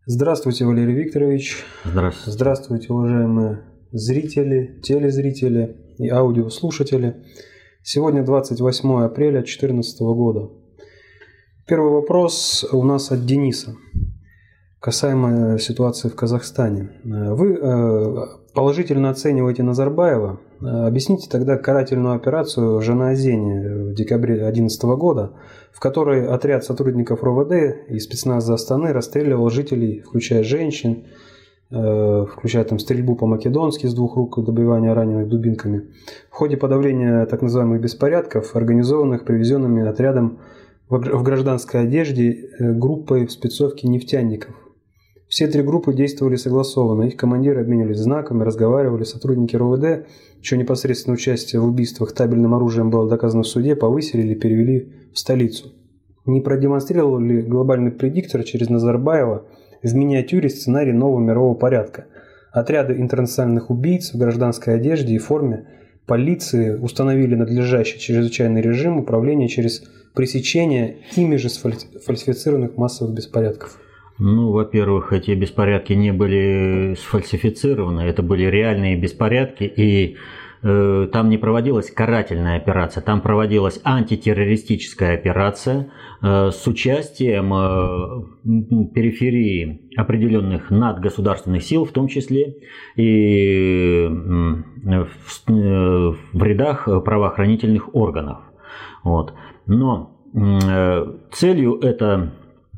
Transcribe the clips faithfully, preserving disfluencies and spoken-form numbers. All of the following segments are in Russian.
Здравствуйте, Валерий Викторович. Здравствуйте. Здравствуйте, уважаемые зрители, телезрители и аудиослушатели. Сегодня двадцать восьмое апреля две тысячи четырнадцатого года. Первый вопрос у нас от Дениса, касаемо ситуации в Казахстане. Вы положительно оцениваете Назарбаева. Объясните тогда карательную операцию в Жанаозене в декабре две тысячи одиннадцатого года, в которой отряд сотрудников РОВД и спецназа Астаны расстреливал жителей, включая женщин, включая там стрельбу по-македонски с двух рук и добивание раненых дубинками, в ходе подавления так называемых беспорядков, организованных привезенными отрядом в гражданской одежде группой в спецовке нефтяников. Все три группы действовали согласованно, их командиры обменивались знаками, разговаривали, сотрудники РОВД, чье непосредственное участие в убийствах табельным оружием было доказано в суде, повысили или перевели в столицу. Не продемонстрировал ли глобальный предиктор через Назарбаева в миниатюре сценарий нового мирового порядка? Отряды интернациональных убийц в гражданской одежде и форме полиции установили надлежащий чрезвычайный режим управления через пресечение ими же сфальсифицированных массовых беспорядков. Ну, во-первых, эти беспорядки не были сфальсифицированы, это были реальные беспорядки, и э, там не проводилась карательная операция, там проводилась антитеррористическая операция э, с участием э, периферии определенных надгосударственных сил, в том числе и э, в, э, в рядах правоохранительных органов. Вот. Но э, целью это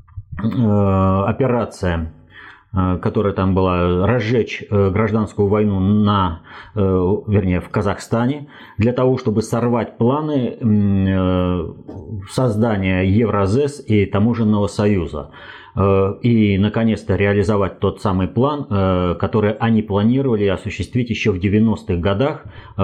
операция, которая там была, разжечь гражданскую войну на, вернее, в Казахстане, для того, чтобы сорвать планы создания Евразэс и Таможенного союза. И, наконец-то, реализовать тот самый план, который они планировали осуществить еще в девяностых годах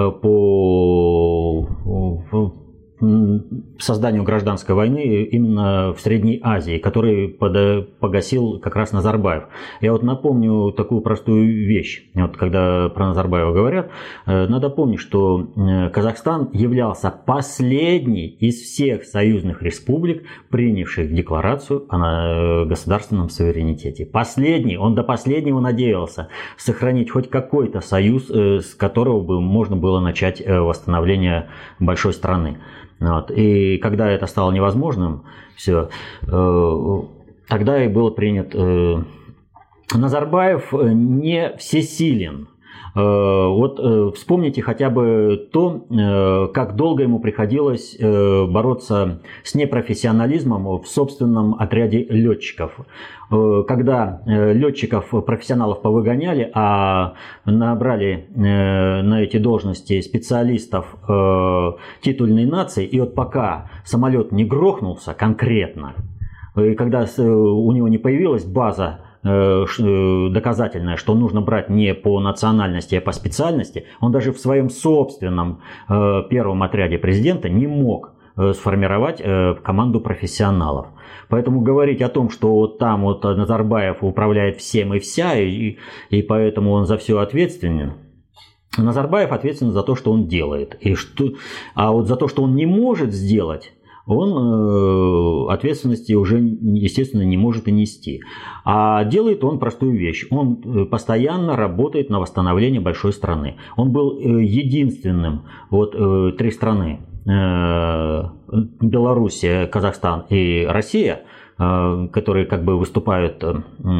по созданию гражданской войны именно в Средней Азии, который погасил как раз Назарбаев. Я вот напомню такую простую вещь. Вот когда про Назарбаева говорят, надо помнить, что Казахстан являлся последней из всех союзных республик, принявших декларацию о государственном суверенитете. Последний, он до последнего надеялся сохранить хоть какой-то союз, с которого бы можно было начать восстановление большой страны. Вот. И когда это стало невозможным, все, э, тогда и был принят э, Назарбаев не всесилен. Э, вот э, вспомните хотя бы то, э, как долго ему приходилось э, бороться с непрофессионализмом в собственном отряде летчиков. Э, когда э, летчиков профессионалов повыгоняли, а набрали э, на эти должности специалистов э, титульной нации, и вот пока самолет не грохнулся конкретно, и когда у него не появилась база доказательное, что нужно брать не по национальности, а по специальности, он даже в своем собственном э, первом отряде президента не мог э, сформировать э, команду профессионалов. Поэтому говорить о том, что вот там вот Назарбаев управляет всем и вся, и, и поэтому он за все ответственен. Назарбаев ответственен за то, что он делает. И что, а вот за то, что он не может сделать, он э, ответственности уже, естественно, не может и нести. А делает он простую вещь. Он постоянно работает на восстановление большой страны. Он был э, единственным, вот э, три страны, э, Белоруссия, Казахстан и Россия, э, которые как бы выступают э,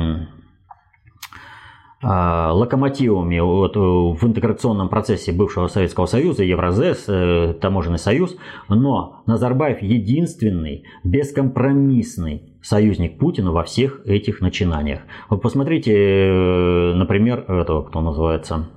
локомотивами вот, в интеграционном процессе бывшего Советского Союза, Евразэс, Таможенный союз, но Назарбаев единственный бескомпромиссный союзник Путина во всех этих начинаниях. Вот посмотрите, например, этого, кто называется,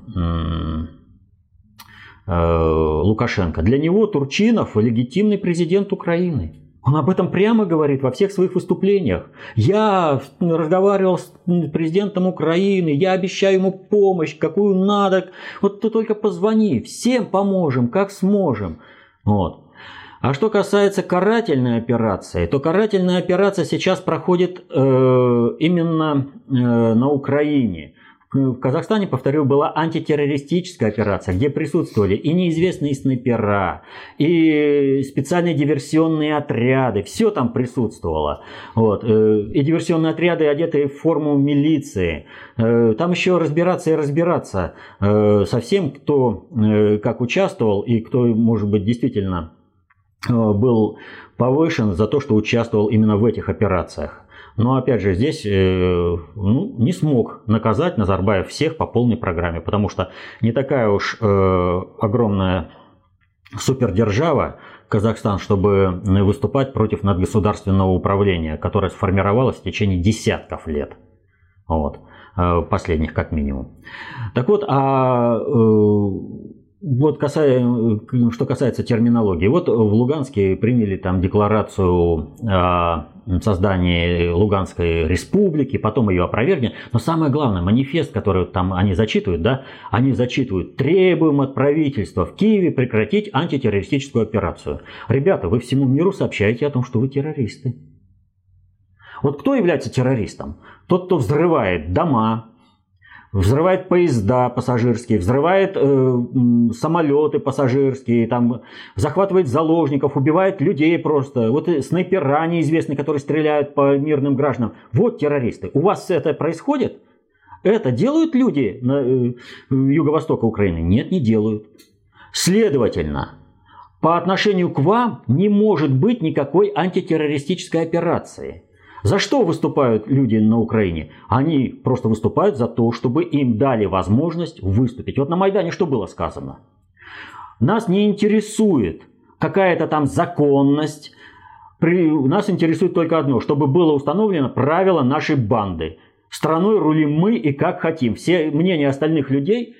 Лукашенко. Для него Турчинов легитимный президент Украины. Он об этом прямо говорит во всех своих выступлениях. Я разговаривал с президентом Украины, я обещаю ему помощь, какую надо. Вот ты только позвони, всем поможем, как сможем. Вот. А что касается карательной операции, то карательная операция сейчас проходит э, именно э, на Украине. В Казахстане, повторю, была антитеррористическая операция, где присутствовали и неизвестные снайпера, и специальные диверсионные отряды. Все там присутствовало. Вот. И диверсионные отряды, одетые в форму милиции. Там еще разбираться и разбираться со всем, кто как участвовал и кто, может быть, действительно был повышен за то, что участвовал именно в этих операциях. Но опять же, здесь э, ну, не смог наказать Назарбаев всех по полной программе, потому что не такая уж э, огромная супердержава Казахстан, чтобы выступать против надгосударственного управления, которое сформировалось в течение десятков лет. Вот, э, последних как минимум. Так вот, а... Э, Вот касая, что касается терминологии, вот в Луганске приняли там декларацию о создании Луганской республики, потом ее опровергли. Но самое главное, манифест, который там они зачитывают, да, они зачитывают: требуем от правительства в Киеве прекратить антитеррористическую операцию. Ребята, вы всему миру сообщаете о том, что вы террористы. Вот кто является террористом? Тот, кто взрывает дома, взрывает поезда пассажирские, взрывает э, самолеты пассажирские, там, захватывает заложников, убивает людей просто. Вот снайпера неизвестные, которые стреляют по мирным гражданам. Вот террористы. У вас это происходит? Это делают люди на э, юго-востока Украины? Нет, не делают. Следовательно, по отношению к вам не может быть никакой антитеррористической операции. За что выступают люди на Украине? Они просто выступают за то, чтобы им дали возможность выступить. Вот на Майдане что было сказано? Нас не интересует какая-то там законность. Нас интересует только одно, чтобы было установлено правило нашей банды. Страной рулим мы и как хотим. Все мнения остальных людей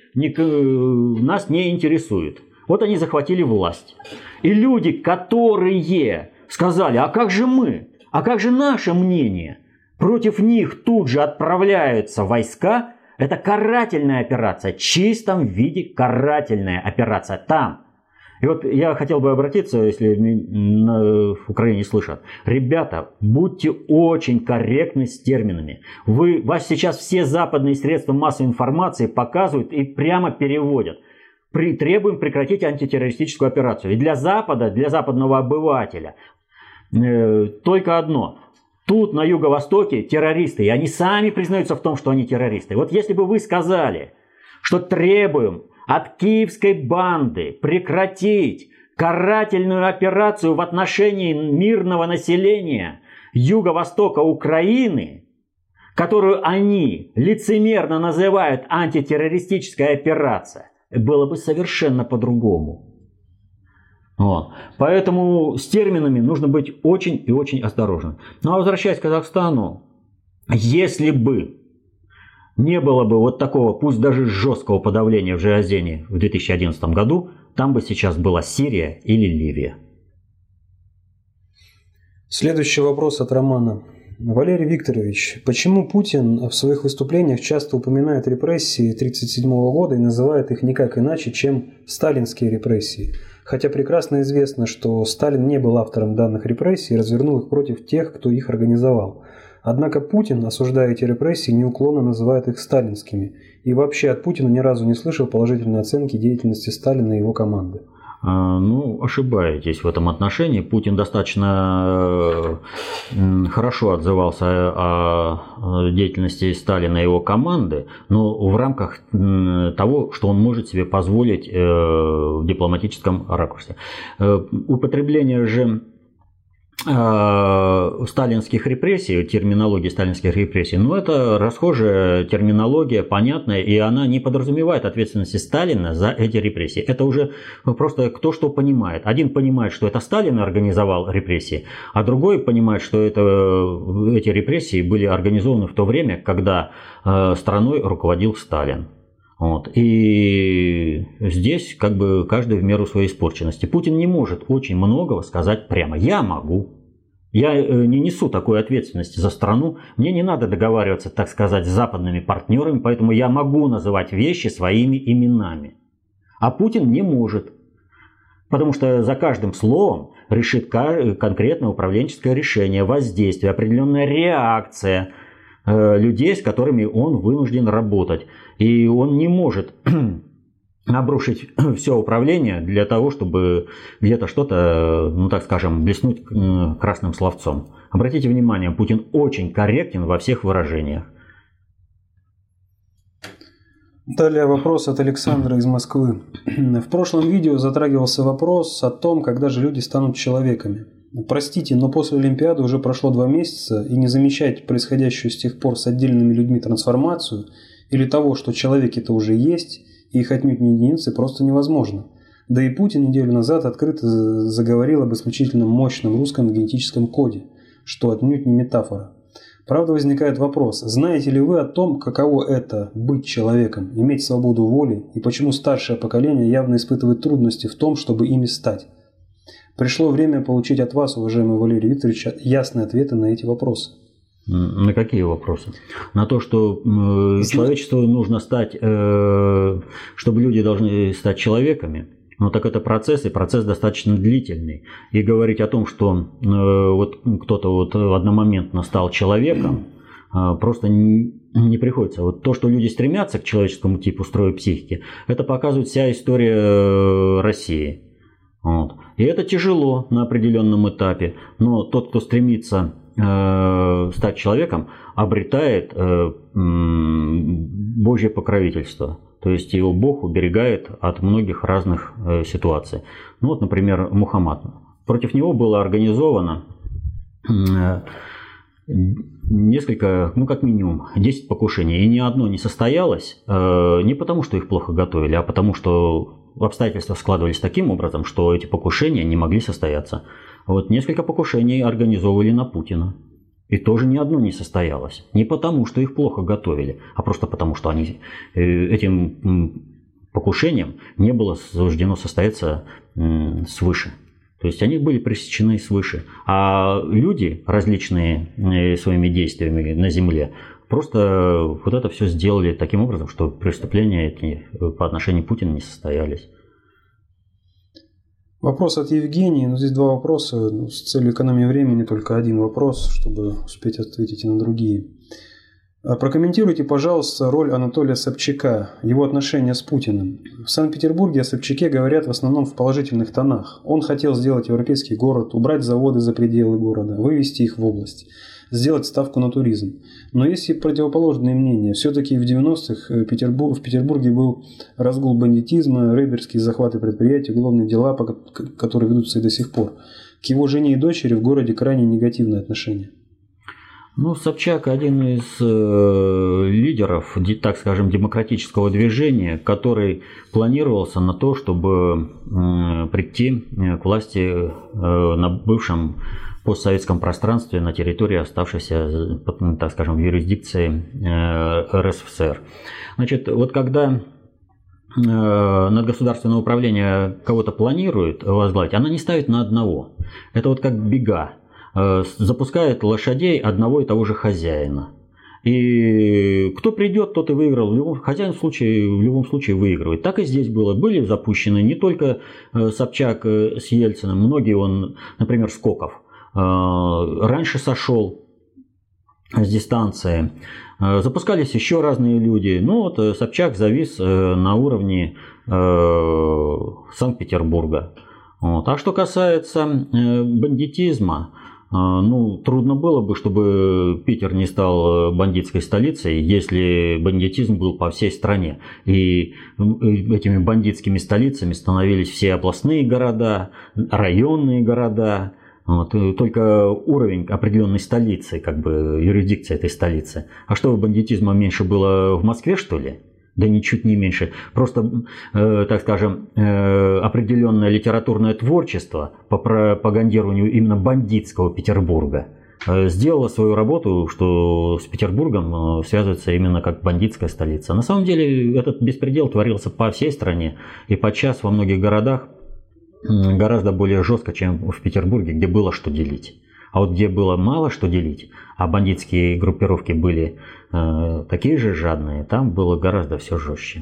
нас не интересуют. Вот они захватили власть. И люди, которые сказали: а как же мы? А как же наше мнение? Против них тут же отправляются войска. Это карательная операция, в чистом виде карательная операция там. И вот я хотел бы обратиться, если в Украине слышат: ребята, будьте очень корректны с терминами. Вы, вас сейчас все западные средства массовой информации показывают и прямо переводят. При, требуем прекратить антитеррористическую операцию. И для Запада, для западного обывателя только одно. Тут на юго-востоке террористы, и они сами признаются в том, что они террористы. Вот если бы вы сказали, что требуем от киевской банды прекратить карательную операцию в отношении мирного населения юго-востока Украины, которую они лицемерно называют антитеррористической операцией, было бы совершенно по-другому. Вот. Поэтому с терминами нужно быть очень и очень осторожным. Ну а возвращаясь к Казахстану, если бы не было бы вот такого, пусть даже жесткого подавления в Джиазене в две тысячи одиннадцатом году, там бы сейчас была Сирия или Ливия. Следующий вопрос от Романа. Валерий Викторович, почему Путин в своих выступлениях часто упоминает репрессии тысяча девятьсот тридцать седьмого года и называет их никак иначе, чем сталинские репрессии? Хотя прекрасно известно, что Сталин не был автором данных репрессий и развернул их против тех, кто их организовал. Однако Путин, осуждая эти репрессии, неуклонно называет их сталинскими. И вообще от Путина ни разу не слышал положительной оценки деятельности Сталина и его команды. Ну, ошибаетесь в этом отношении. Путин достаточно хорошо отзывался о деятельности Сталина и его команды, но в рамках того, что он может себе позволить в дипломатическом ракурсе. Употребление же сталинских репрессий, терминологии сталинских репрессий, ну это расхожая терминология, понятная, и она не подразумевает ответственности Сталина за эти репрессии. Это уже просто кто что понимает. Один понимает, что это Сталин организовал репрессии, а другой понимает, что это, эти репрессии были организованы в то время, когда страной руководил Сталин. Вот. И здесь как бы каждый в меру своей испорченности. Путин не может очень многого сказать прямо. Я могу. Я не несу такой ответственности за страну. Мне не надо договариваться, так сказать, с западными партнерами, поэтому я могу называть вещи своими именами. А Путин не может. Потому что за каждым словом решит конкретное управленческое решение, воздействие, определенная реакция людей, с которыми он вынужден работать. И он не может обрушить все управление для того, чтобы где-то что-то, ну так скажем, блеснуть красным словцом. Обратите внимание, Путин очень корректен во всех выражениях. Далее вопрос от Александра из Москвы. В прошлом видео затрагивался вопрос о том, когда же люди станут человеками. Простите, но после Олимпиады уже прошло два месяца, и не замечать происходящую с тех пор с отдельными людьми трансформацию или того, что человеки-то уже есть, и их отнюдь не единицы, просто невозможно. Да и Путин неделю назад открыто заговорил об исключительно мощном русском генетическом коде, что отнюдь не метафора. Правда, возникает вопрос, знаете ли вы о том, каково это – быть человеком, иметь свободу воли, и почему старшее поколение явно испытывает трудности в том, чтобы ими стать? Пришло время получить от вас, уважаемый Валерий Викторович, ясные ответы на эти вопросы. На какие вопросы? На то, что э, человечеству нужно стать, э, чтобы люди должны стать человеками. Но так это процесс, и процесс достаточно длительный. И говорить о том, что э, вот кто-то вот одномоментно стал человеком, э, просто не, не приходится. Вот то, что люди стремятся к человеческому типу строя психики, это показывает вся история э, России. Вот. И это тяжело на определенном этапе. Но тот, кто стремится э, стать человеком, обретает э, Божье покровительство. То есть его Бог уберегает от многих разных э, ситуаций. Ну вот, например, Мухаммад. Против него было организовано э, несколько, ну как минимум, десять покушений. И ни одно не состоялось э, не потому, что их плохо готовили, а потому, что обстоятельства складывались таким образом, что эти покушения не могли состояться. Вот несколько покушений организовывали на Путина. И тоже ни одно не состоялось. Не потому, что их плохо готовили, а просто потому, что они, этим покушением не было суждено состояться свыше. То есть они были пресечены свыше. А люди, различные своими действиями на земле, просто вот это все сделали таким образом, что преступления эти по отношению к Путину не состоялись. Вопрос от Евгении. Ну, здесь два вопроса. С целью экономии времени только один вопрос, чтобы успеть ответить и на другие. Прокомментируйте, пожалуйста, роль Анатолия Собчака, его отношения с Путиным. В Санкт-Петербурге о Собчаке говорят в основном в положительных тонах. Он хотел сделать европейский город, убрать заводы за пределы города, вывести их в область, сделать ставку на туризм. Но есть и противоположные мнения. Все-таки в девяностых в Петербурге был разгул бандитизма, рейдерские захваты предприятий, уголовные дела, которые ведутся и до сих пор. К его жене и дочери в городе крайне негативное отношение. Ну, Собчак один из э, лидеров, так скажем, демократического движения, который планировался на то, чтобы э, прийти к власти э, на бывшем постсоветском пространстве на территории, оставшейся, так скажем, в юрисдикции эр эс эф эс эр. Значит, вот когда надгосударственное управление кого-то планирует возглавить, она не ставит на одного. Это вот как бега. Запускает лошадей одного и того же хозяина. И кто придет, тот и выиграл. В любом, хозяин в, случае, в любом случае выигрывает. Так и здесь было. Были запущены не только Собчак с Ельциным, многие, он, например, Скоков, раньше сошел с дистанции. Запускались еще разные люди. Ну вот Собчак завис на уровне Санкт-Петербурга. Вот. А что касается бандитизма, ну, трудно было бы, чтобы Питер не стал бандитской столицей, если бандитизм был по всей стране. И этими бандитскими столицами становились все областные города, районные города. Вот. Только уровень определенной столицы, как бы юрисдикция этой столицы. А что, бандитизма меньше было в Москве, что ли? Да ничуть не меньше. Просто, э, так скажем, э, определенное литературное творчество по пропагандированию именно бандитского Петербурга э, сделало свою работу, что с Петербургом э, связывается именно как бандитская столица. На самом деле этот беспредел творился по всей стране и подчас во многих городах э, гораздо более жестко, чем в Петербурге, где было что делить. А вот где было мало что делить, а бандитские группировки были э, такие же жадные, там было гораздо все жестче.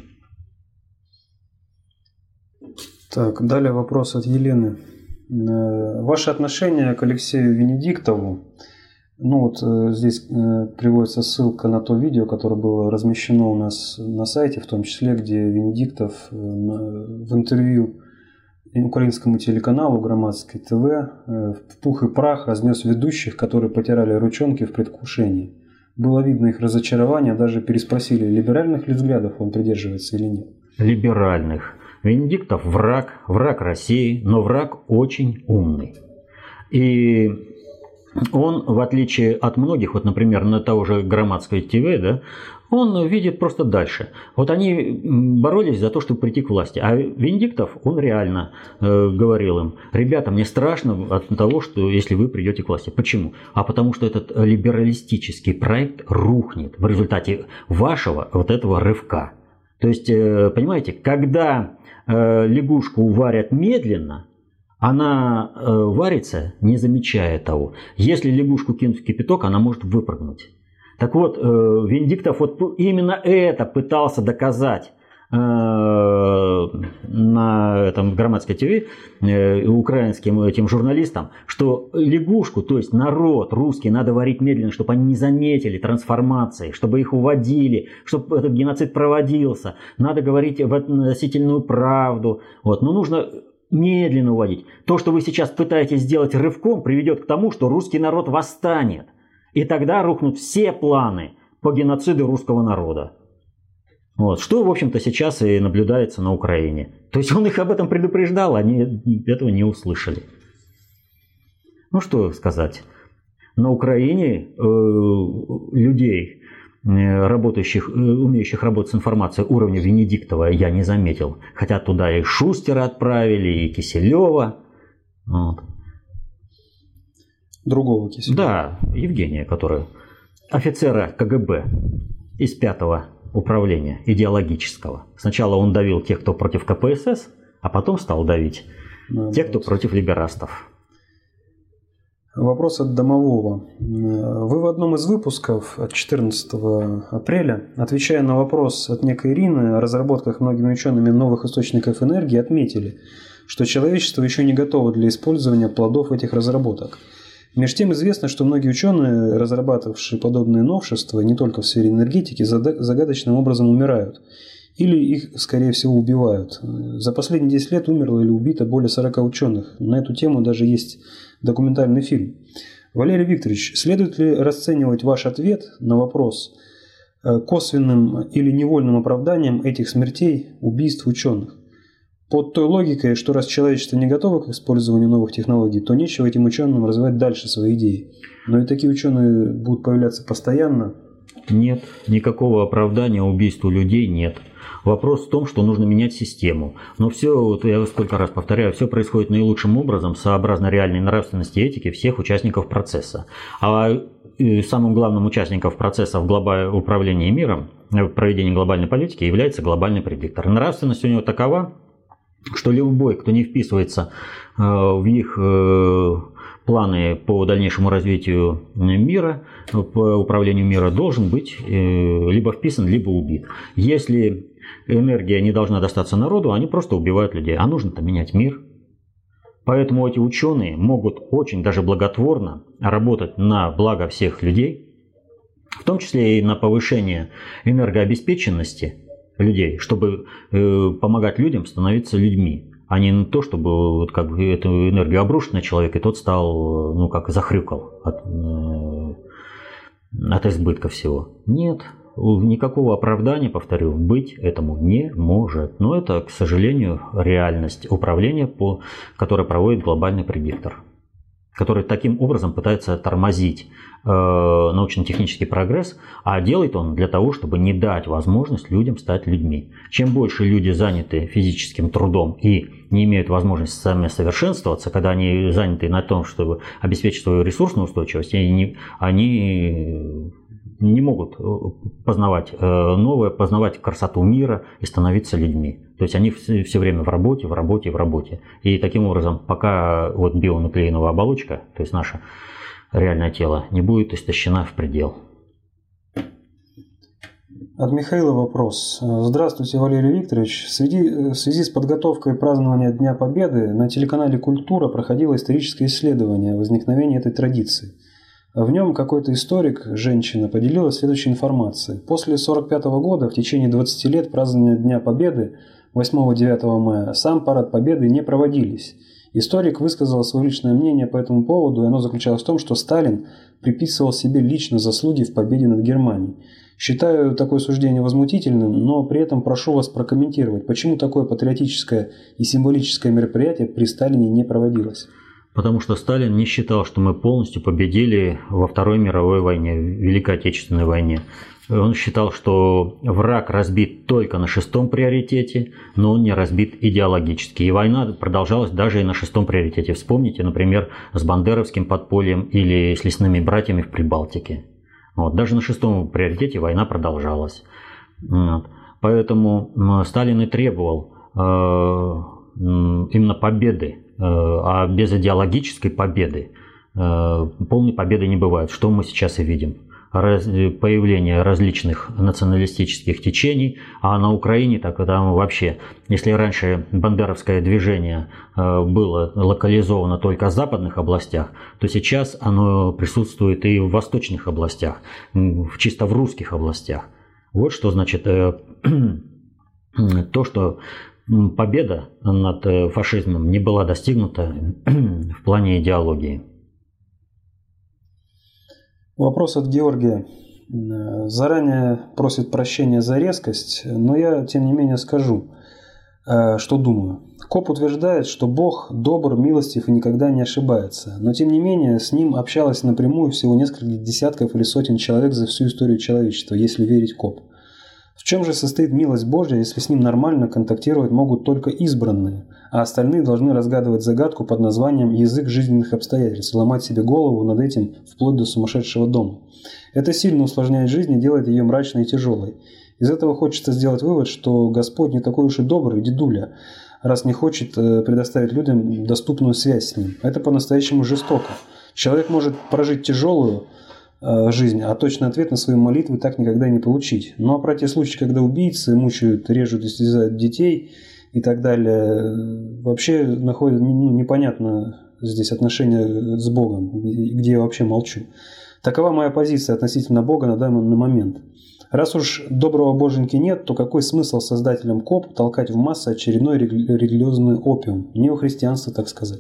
Так, далее вопрос от Елены. Ваше отношение к Алексею Венедиктову Ну вот э, здесь э, приводится ссылка на то видео, которое было размещено у нас на сайте, в том числе, где Венедиктов э, в интервью украинскому телеканалу Громадской ТВ э, в пух и прах разнес ведущих, которые потирали ручонки в предвкушении. Было видно их разочарование, даже переспросили, либеральных ли взглядов он придерживается или нет. Либеральных. Венедиктов враг, враг России, но враг очень умный. И он, в отличие от многих, вот, например, на того же Громадской ТВ, да, он видит просто дальше. Вот они боролись за то, чтобы прийти к власти. А Венедиктов, он реально э, говорил им: ребята, мне страшно от того, что если вы придете к власти. Почему? А потому что этот либералистический проект рухнет в результате вашего вот этого рывка. То есть, э, понимаете, когда э, лягушку варят медленно, она э, варится, не замечая того. Если лягушку кинуть в кипяток, она может выпрыгнуть. Так вот, э, Венедиктов вот именно это пытался доказать э, на этом Громадской ТВ э, украинским этим журналистам, что лягушку, то есть народ русский, надо варить медленно, чтобы они не заметили трансформации, чтобы их уводили, чтобы этот геноцид проводился. Надо говорить в относительную правду. Вот. Но нужно медленно уводить. То, что вы сейчас пытаетесь сделать рывком, приведет к тому, что русский народ восстанет. И тогда рухнут все планы по геноциду русского народа. Вот. Что, в общем-то, сейчас и наблюдается на Украине. То есть он их об этом предупреждал, они этого не услышали. Ну, что сказать. На Украине э, людей, э, работающих, э, умеющих работать с информацией уровня Венедиктова, я не заметил. Хотя туда и Шустера отправили, и Киселева. Вот. Другого Киселева. Да, Евгения, который офицера КГБ из пятого управления идеологического. Сначала он давил тех, кто против КПСС, а потом стал давить да, тех, кто против либерастов. Вопрос от Домового. Вы в одном из выпусков от четырнадцатого апреля, отвечая на вопрос от некой Ирины о разработках многими учеными новых источников энергии, отметили, что человечество еще не готово для использования плодов этих разработок. Между тем известно, что многие ученые, разрабатывавшие подобные новшества не только в сфере энергетики, загадочным образом умирают. Или их, скорее всего, убивают. За последние десять лет умерло или убито более сорока ученых. На эту тему даже есть документальный фильм. Валерий Викторович, следует ли расценивать ваш ответ на вопрос косвенным или невольным оправданием этих смертей, убийств ученых? Под той логикой, что раз человечество не готово к использованию новых технологий, то нечего этим ученым развивать дальше свои идеи. Но и такие ученые будут появляться постоянно. Нет, никакого оправдания убийству людей нет. Вопрос в том, что нужно менять систему. Но все, вот я сколько раз повторяю, все происходит наилучшим образом, сообразно реальной нравственности и этике всех участников процесса. А самым главным участником процесса в глобальном управлении миром, в проведении глобальной политики, является глобальный предиктор. Нравственность у него такова, что любой, кто не вписывается в их планы по дальнейшему развитию мира, по управлению мира, должен быть либо вписан, либо убит. Если энергия не должна достаться народу, они просто убивают людей. А нужно-то менять мир. Поэтому эти ученые могут очень даже благотворно работать на благо всех людей, в том числе и на повышение энергообеспеченности людей, чтобы э, помогать людям становиться людьми, а не то, чтобы вот, как бы, эту энергию обрушить на человека, и тот стал, ну, как захрюкал от, э, от избытка всего. Нет, никакого оправдания, повторю, быть этому не может. Но это, к сожалению, реальность управления, по, которое проводит глобальный предиктор, который таким образом пытается тормозить э, научно-технический прогресс, а делает он для того, чтобы не дать возможность людям стать людьми. Чем больше люди заняты физическим трудом и не имеют возможности сами совершенствоваться, когда они заняты на том, чтобы обеспечить свою ресурсную устойчивость, они, они не могут познавать новое, познавать красоту мира и становиться людьми. То есть они все время в работе, в работе, в работе. И таким образом, пока вот бионуклеиновая оболочка, то есть наше реальное тело, не будет истощена в предел. От Михаила вопрос. Здравствуйте, Валерий Викторович. В связи, в связи с подготовкой празднования Дня Победы на телеканале «Культура» проходило историческое исследование возникновения этой традиции. В нем какой-то историк, женщина, поделилась следующей информацией. После сорок пятого года, в течение двадцати лет празднования Дня Победы, восьмого-девятого мая, сам парад Победы не проводились. Историк высказал свое личное мнение по этому поводу, и оно заключалось в том, что Сталин приписывал себе лично заслуги в победе над Германией. Считаю такое суждение возмутительным, но при этом прошу вас прокомментировать, почему такое патриотическое и символическое мероприятие при Сталине не проводилось. Потому что Сталин не считал, что мы полностью победили во Второй мировой войне, в Великой Отечественной войне. Он считал, что враг разбит только на шестом приоритете, но он не разбит идеологически. И война продолжалась даже и на шестом приоритете. Вспомните, например, с бандеровским подпольем или с лесными братьями в Прибалтике. Вот. Даже на шестом приоритете война продолжалась. Вот. Поэтому Сталин и требовал э, именно победы. А без идеологической победы полной победы не бывает, что мы сейчас и видим. Появление различных националистических течений, а на Украине так там вообще, если раньше бандеровское движение было локализовано только в западных областях, то сейчас оно присутствует и в восточных областях, чисто в русских областях. Вот что значит то, что победа над фашизмом не была достигнута в плане идеологии. Вопрос от Георгия. Заранее просит прощения за резкость, но я, тем не менее, скажу, что думаю. Коп утверждает, что Бог добр, милостив и никогда не ошибается, но, тем не менее, с ним общалось напрямую всего несколько десятков или сотен человек за всю историю человечества, если верить Коп. В чем же состоит милость Божья, если с ним нормально контактировать могут только избранные, а остальные должны разгадывать загадку под названием «язык жизненных обстоятельств» и ломать себе голову над этим вплоть до сумасшедшего дома? Это сильно усложняет жизнь и делает ее мрачной и тяжелой. Из этого хочется сделать вывод, что Господь не такой уж и добрый дедуля, раз не хочет предоставить людям доступную связь с ним. Это по-настоящему жестоко. Человек может прожить тяжелую жизнь, а точный ответ на свои молитвы так никогда не получить. Ну а про те случаи, когда убийцы мучают, режут, истязают детей и так далее, вообще находят, ну, непонятно здесь отношения с Богом, где я вообще молчу. Такова моя позиция относительно Бога на данный момент. Раз уж доброго боженьки нет, то какой смысл создателям КОП толкать в массы очередной религиозный опиум? Не у христианства, так сказать.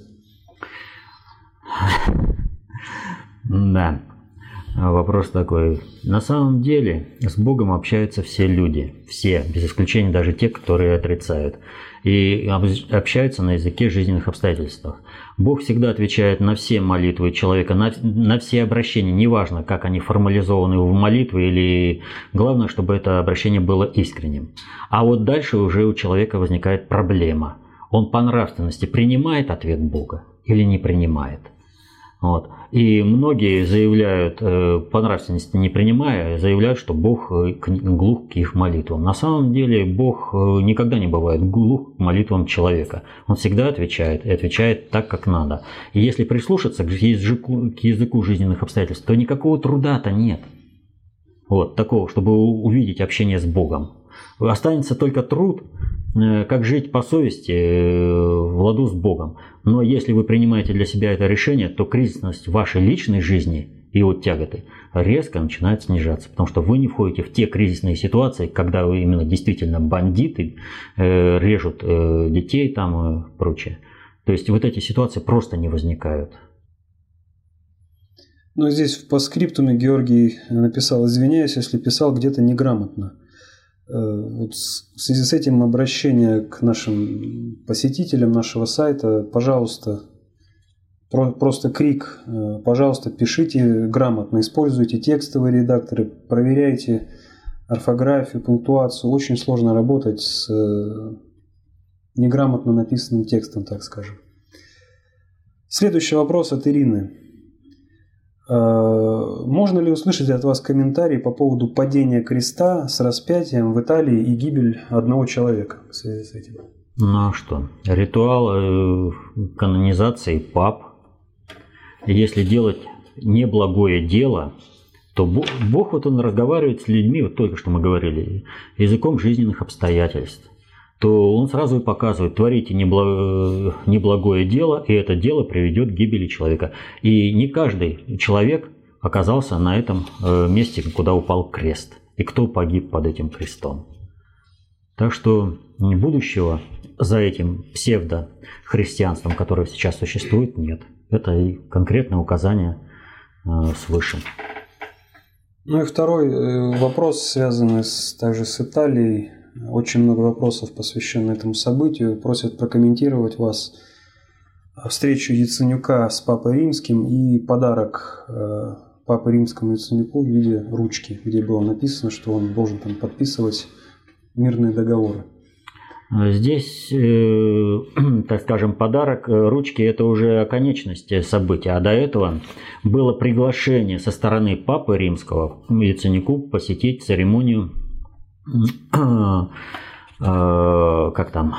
Да. Вопрос такой. На самом деле с Богом общаются все люди. Все, без исключения даже те, которые отрицают. И общаются на языке жизненных обстоятельств. Бог всегда отвечает на все молитвы человека, на, на все обращения. Неважно, как они формализованы в молитве, или главное, чтобы это обращение было искренним. А вот дальше уже у человека возникает проблема. Он по нравственности принимает ответ Бога или не принимает. Вот. И многие заявляют, по нравственности не принимая, заявляют, что Бог глух к их молитвам. На самом деле Бог никогда не бывает глух к молитвам человека. Он всегда отвечает, и отвечает так, как надо. И если прислушаться к языку, к языку жизненных обстоятельств, то никакого труда-то нет. Вот, такого, чтобы увидеть общение с Богом. Останется только труд, как жить по совести в ладу с Богом. Но если вы принимаете для себя это решение, то кризисность вашей личной жизни и от тяготы резко начинает снижаться. Потому что вы не входите в те кризисные ситуации, когда вы именно действительно бандиты, режут детей там и прочее. То есть вот эти ситуации просто не возникают. Но здесь в постскриптуме Георгий написал: извиняюсь, если писал где-то неграмотно. Вот в связи с этим обращение к нашим посетителям нашего сайта: пожалуйста, просто крик, пожалуйста, пишите грамотно, используйте текстовые редакторы, проверяйте орфографию, пунктуацию. Очень сложно работать с неграмотно написанным текстом, так скажем. Следующий вопрос от Ирины. Можно ли услышать от вас комментарий по поводу падения креста с распятием в Италии и гибель одного человека в связи с этим? Ну а что? Ритуал канонизации пап. Если делать неблагое дело, то Бог, Бог вот он разговаривает с людьми, вот только что мы говорили, языком жизненных обстоятельств. То он сразу и показывает: творите неблагое дело, и это дело приведет к гибели человека. И не каждый человек оказался на этом месте, куда упал крест, и кто погиб под этим крестом. Так что будущего за этим псевдохристианством, которое сейчас существует, нет. Это и конкретное указание свыше. Ну и второй вопрос, связанный с, также с Италией. Очень много вопросов, посвященных этому событию. Просят прокомментировать вас встречу Яценюка с Папой Римским и подарок Папы Римскому Яценюку в виде ручки, где было написано, что он должен там подписывать мирные договоры. Здесь, э, так скажем, подарок ручки – это уже оконечность события, а до этого было приглашение со стороны Папы Римского Яценюку посетить церемонию, э, э, как там,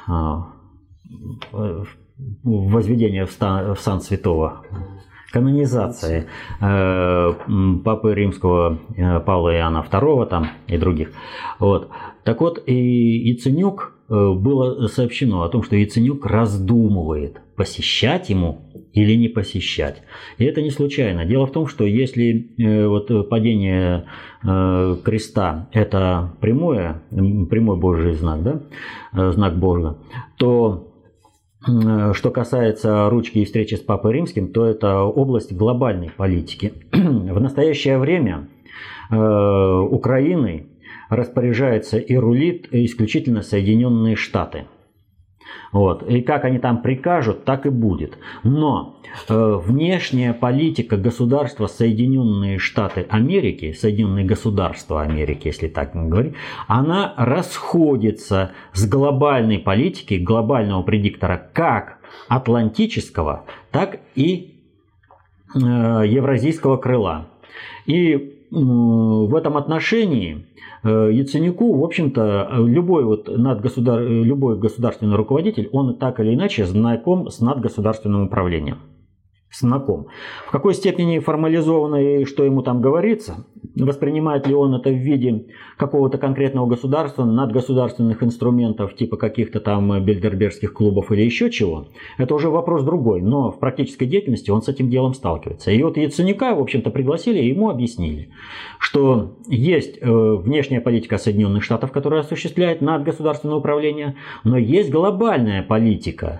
э, возведения в, стан, в сан святого, канонизации э, Папы Римского э, Павла Иоанна второго там и других. Вот. Так вот, и Яценюк, э, было сообщено о том, что Яценюк раздумывает, посещать ему или не посещать. И это не случайно. Дело в том, что если э, вот падение э, креста – это прямое, прямой Божий знак, да? э, знак Божий, то что касается ручки и встречи с Папой Римским, то это область глобальной политики. В настоящее время э, Украиной распоряжается и рулит исключительно Соединенные Штаты. Вот. И как они там прикажут, так и будет. Но э, внешняя политика государства Соединенные Штаты Америки, Соединенные Государства Америки, если так говорить, она расходится с глобальной политикой, глобального предиктора как атлантического, так и э, евразийского крыла. И э, в этом отношении Яценюку, в общем-то, любой, вот надгосудар... любой государственный руководитель, он так или иначе знаком с надгосударственным управлением. Знаком. В какой степени формализовано и что ему там говорится, воспринимает ли он это в виде какого-то конкретного государства, надгосударственных инструментов, типа каких-то там бильдербергских клубов или еще чего, это уже вопрос другой. Но в практической деятельности он с этим делом сталкивается. И вот Яценюка, в общем-то, пригласили и ему объяснили, что есть внешняя политика Соединенных Штатов, которая осуществляет надгосударственное управление, но есть глобальная политика,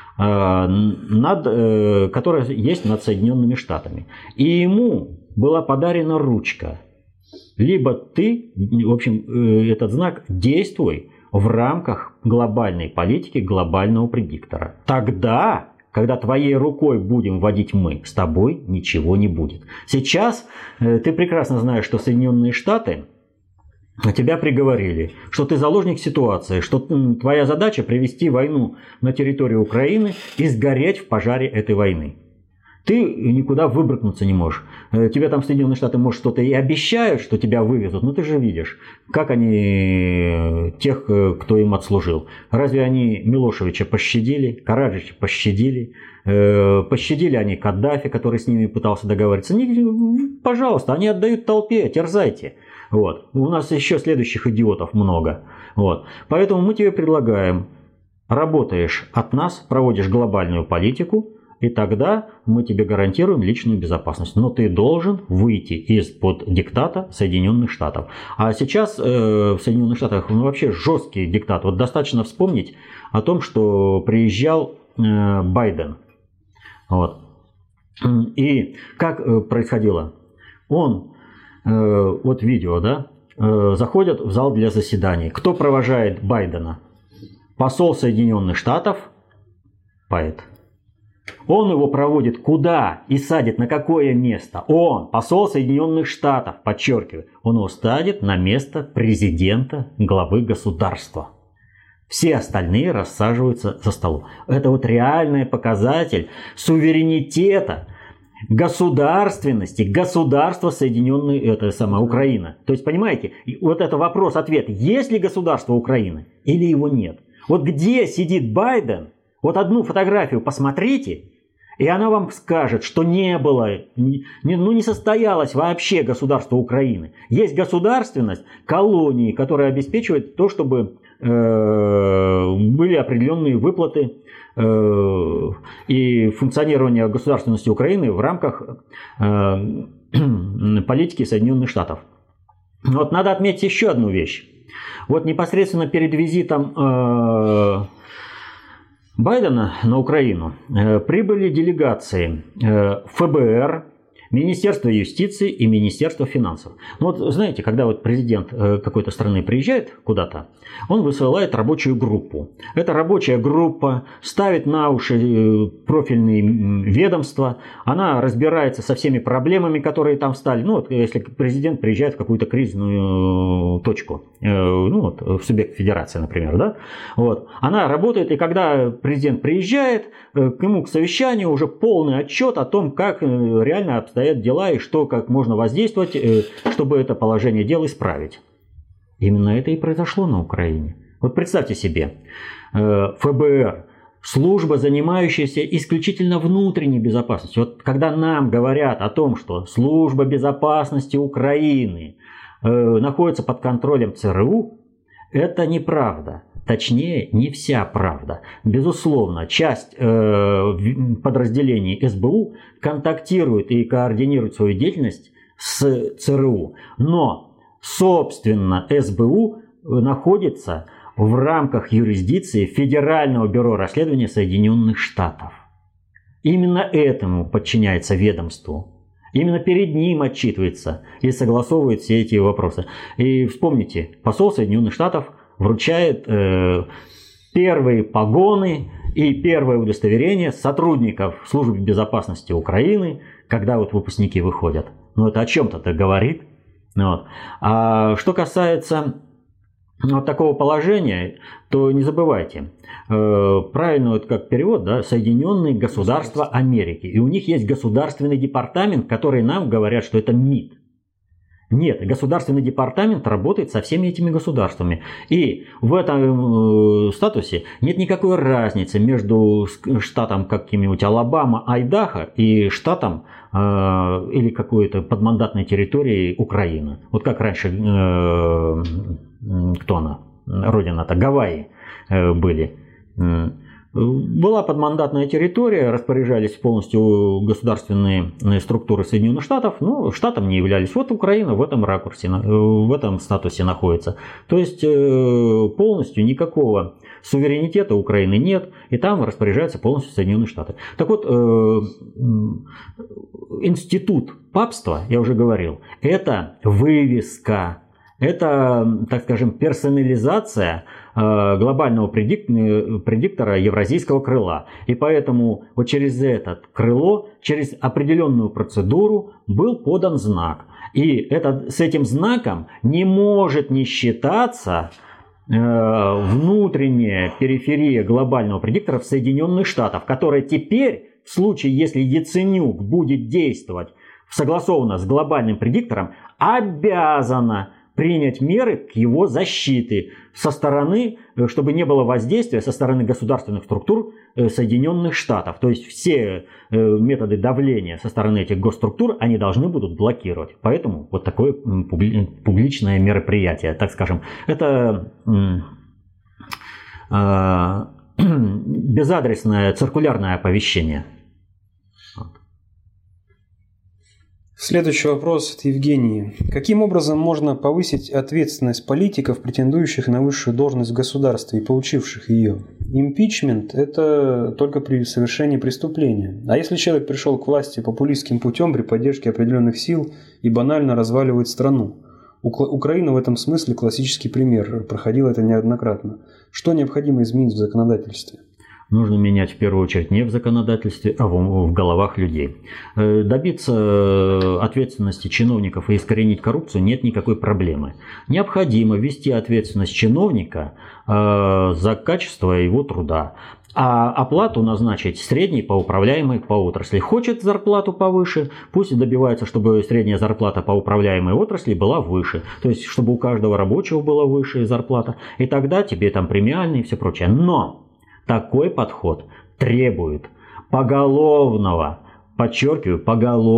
над, которая есть над Соединенными Штатами. И ему была подарена ручка. Либо ты, в общем, этот знак, действуй в рамках глобальной политики глобального предиктора. Тогда, когда твоей рукой будем водить мы, с тобой ничего не будет. Сейчас ты прекрасно знаешь, что Соединенные Штаты тебя приговорили, что ты заложник ситуации, что твоя задача привести войну на территорию Украины и сгореть в пожаре этой войны. Ты никуда выбрыкнуться не можешь. Тебе там Соединенные Штаты, может, что-то и обещают, что тебя вывезут, но ты же видишь, как они тех, кто им отслужил. Разве они Милошевича пощадили, Караджича пощадили, пощадили они Каддафи, который с ними пытался договориться? Пожалуйста, они отдают толпе, терзайте. Вот. У нас еще следующих идиотов много. Вот. Поэтому мы тебе предлагаем, работаешь от нас, проводишь глобальную политику, и тогда мы тебе гарантируем личную безопасность. Но ты должен выйти из-под диктата Соединенных Штатов. А сейчас э, в Соединенных Штатах ну, вообще жесткий диктат. Вот достаточно вспомнить о том, что приезжал э, Байден. Вот. И как э, происходило? Он... Вот видео, да, заходят в зал для заседаний. Кто провожает Байдена? Посол Соединенных Штатов, поэт. Он его проводит куда и садит на какое место? Он, посол Соединенных Штатов, подчеркиваю, он его садит на место президента, главы государства. Все остальные рассаживаются за столом. Это вот реальный показатель суверенитета, государственности, государства Соединенные, это самая Украина. То есть, понимаете, вот это вопрос-ответ, есть ли государство Украины или его нет. Вот где сидит Байден, вот одну фотографию посмотрите, и она вам скажет, что не было, не, ну не состоялось вообще государство Украины. Есть государственность колонии, которая обеспечивает то, чтобы были определенные выплаты и функционирование государственности Украины в рамках политики Соединенных Штатов. Вот надо отметить еще одну вещь. Вот непосредственно перед визитом Байдена на Украину прибыли делегации эф бэ эр, Министерство юстиции и Министерство финансов. Ну вот знаете, когда вот президент какой-то страны приезжает куда-то, он высылает рабочую группу. Эта рабочая группа ставит на уши профильные ведомства, она разбирается со всеми проблемами, которые там встали. Ну вот если президент приезжает в какую-то кризисную точку, ну вот в субъект федерации, например, да, вот, она работает, и когда президент приезжает, к нему к совещанию уже полный отчет о том, как реально обстоят дела и что, как можно воздействовать, чтобы это положение дел исправить. Именно это и произошло на Украине. Вот представьте себе, эф бэ эр, служба, занимающаяся исключительно внутренней безопасностью. Вот когда нам говорят о том, что служба безопасности Украины находится под контролем цэ эр у, это неправда. Точнее, не вся правда. Безусловно, часть э, подразделений эс бэ у контактирует и координирует свою деятельность с цэ эр у. Но, собственно, эс бэ у находится в рамках юрисдикции Федерального бюро расследования Соединенных Штатов. Именно этому подчиняется ведомству. Именно перед ним отчитывается и согласовывает все эти вопросы. И вспомните, посол Соединенных Штатов вручает э, первые погоны и первое удостоверение сотрудников службы безопасности Украины, когда вот выпускники выходят. Ну это о чем-то это говорит. Вот. А что касается вот такого положения, то не забывайте, э, правильно вот как перевод, да, Соединенные Государства Америки. И у них есть государственный департамент, который нам говорят, что это МИД. Нет, государственный департамент работает со всеми этими государствами. И в этом статусе нет никакой разницы между штатом каким-нибудь Алабама, Айдахо и штатом э, или какой-то подмандатной территорией Украины. Вот как раньше, э, кто она, родина-то, Гавайи э, были. Была подмандатная территория, распоряжались полностью государственные структуры Соединенных Штатов, но штатом не являлись. Вот Украина в этом ракурсе, в этом статусе находится. То есть полностью никакого суверенитета Украины нет, и там распоряжаются полностью Соединенные Штаты. Так вот, институт папства, я уже говорил, это вывеска. Это, так скажем, персонализация глобального предиктора евразийского крыла. И поэтому вот через это крыло, через определенную процедуру был подан знак. И это, с этим знаком не может не считаться внутренняя периферия глобального предиктора в Соединенных Штатах, которая теперь, в случае, если Яценюк будет действовать согласованно с глобальным предиктором, обязана принять меры к его защите со стороны, чтобы не было воздействия со стороны государственных структур Соединенных Штатов. То есть все методы давления со стороны этих госструктур они должны будут блокировать. Поэтому вот такое публичное мероприятие, так скажем, это безадресное циркулярное оповещение. Следующий вопрос от Евгении. Каким образом можно повысить ответственность политиков, претендующих на высшую должность в государстве и получивших ее? Импичмент – это только при совершении преступления. А если человек пришел к власти популистским путем при поддержке определенных сил и банально разваливает страну? Украина в этом смысле классический пример, проходила это неоднократно. Что необходимо изменить в законодательстве? Нужно менять в первую очередь не в законодательстве, а в, в головах людей. Добиться ответственности чиновников и искоренить коррупцию нет никакой проблемы. Необходимо ввести ответственность чиновника э, за качество его труда, а оплату назначить средней по управляемой по отрасли. Хочет зарплату повыше, пусть добивается, чтобы средняя зарплата по управляемой отрасли была выше. То есть, чтобы у каждого рабочего была выше зарплата. И тогда тебе там премиальные и все прочее. Но такой подход требует поголовного, подчеркиваю,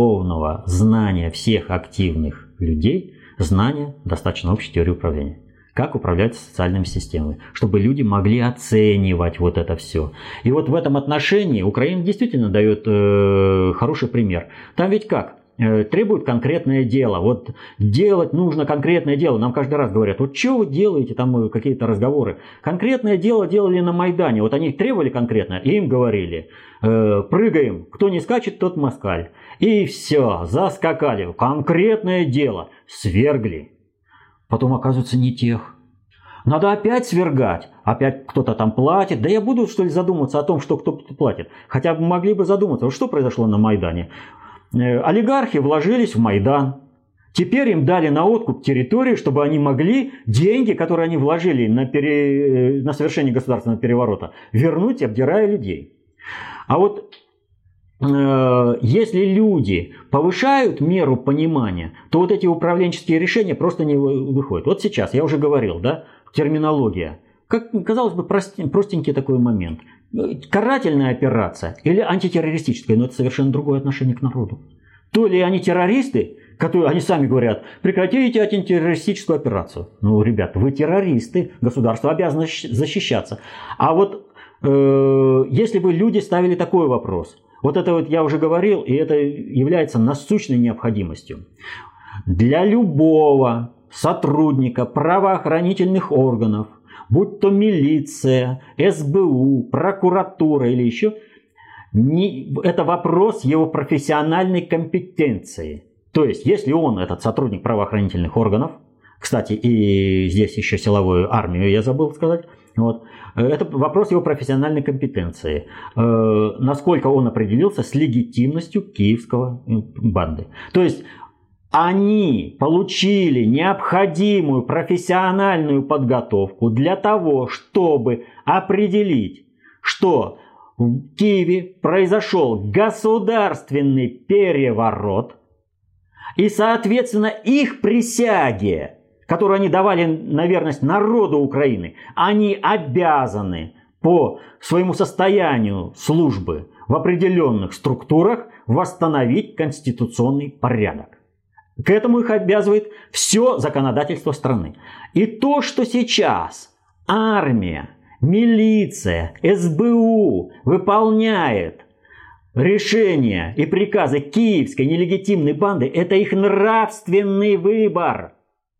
поголовного знания всех активных людей, знания достаточно общей теории управления. как управлять социальными системами, чтобы люди могли оценивать вот это все. И вот в этом отношении Украина действительно дает э, хороший пример. Там ведь как? Э, требует конкретное дело. Вот делать нужно конкретное дело. Нам каждый раз говорят, вот что вы делаете, там какие-то разговоры. Конкретное дело делали на Майдане. Вот они требовали конкретно, и им говорили, э, прыгаем, кто не скачет, тот москаль. И все, заскакали. Конкретное дело. Свергли. Потом, оказывается, не тех. Надо опять свергать. Опять кто-то там платит. Да я буду, что ли, задумываться о том, что кто-то платит. Хотя бы могли бы задуматься, вот что произошло на Майдане. Э, олигархи вложились в Майдан. Теперь им дали на откуп территории, чтобы они могли деньги, которые они вложили на, пере... на совершение государственного переворота, вернуть, обдирая людей. А вот если люди повышают меру понимания, то вот эти управленческие решения просто не выходят. Вот сейчас, я уже говорил, да, терминология. Как, казалось бы, простенький такой момент. Карательная операция или антитеррористическая, но это совершенно другое отношение к народу. То ли они террористы, которые, они сами говорят, прекратите антитеррористическую операцию. Ну, ребят, вы террористы, государство обязано защищаться. А вот э, если бы люди ставили такой вопрос, вот это вот я уже говорил, и это является насущной необходимостью. Для любого сотрудника правоохранительных органов, будь то милиция, эс бэ у, прокуратура или еще, не, это вопрос его профессиональной компетенции. То есть, если он, этот сотрудник правоохранительных органов, кстати, и здесь еще силовую армию я забыл сказать, вот, это вопрос его профессиональной компетенции. Э, насколько он определился с легитимностью киевского банды. То есть они получили необходимую профессиональную подготовку для того, чтобы определить, что в Киеве произошел государственный переворот, и, соответственно, их присяге, которую они давали на верность народу Украины, они обязаны по своему состоянию службы в определенных структурах восстановить конституционный порядок. К этому их обязывает все законодательство страны. И то, что сейчас армия, милиция, эс бэ у выполняет решения и приказы киевской нелегитимной банды, это их нравственный выбор.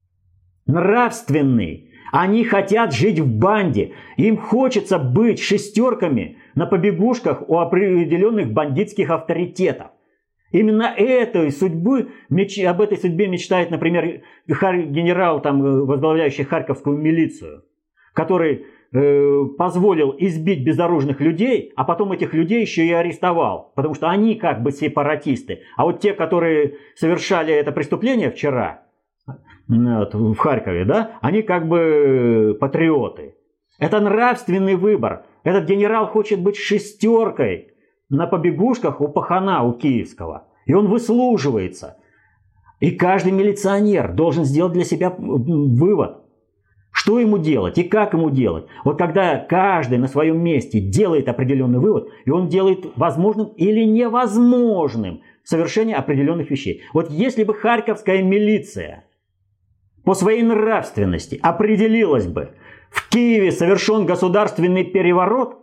Нравственный. Они хотят жить в банде. Им хочется быть шестерками на побегушках у определенных бандитских авторитетов. Именно этой судьбы, об этой судьбе мечтает, например, генерал, там, возглавляющий Харьковскую милицию, который э, позволил избить безоружных людей, а потом этих людей еще и арестовал, потому что они как бы сепаратисты. А вот те, которые совершали это преступление вчера вот, в Харькове, да, они как бы патриоты. Это нравственный выбор. Этот генерал хочет быть шестеркой на побегушках у пахана, у киевского. И он выслуживается. И каждый милиционер должен сделать для себя вывод, что ему делать и как ему делать. Вот когда каждый на своем месте делает определенный вывод, и он делает возможным или невозможным совершение определенных вещей. Вот если бы харьковская милиция по своей нравственности определилась бы, в Киеве совершен государственный переворот,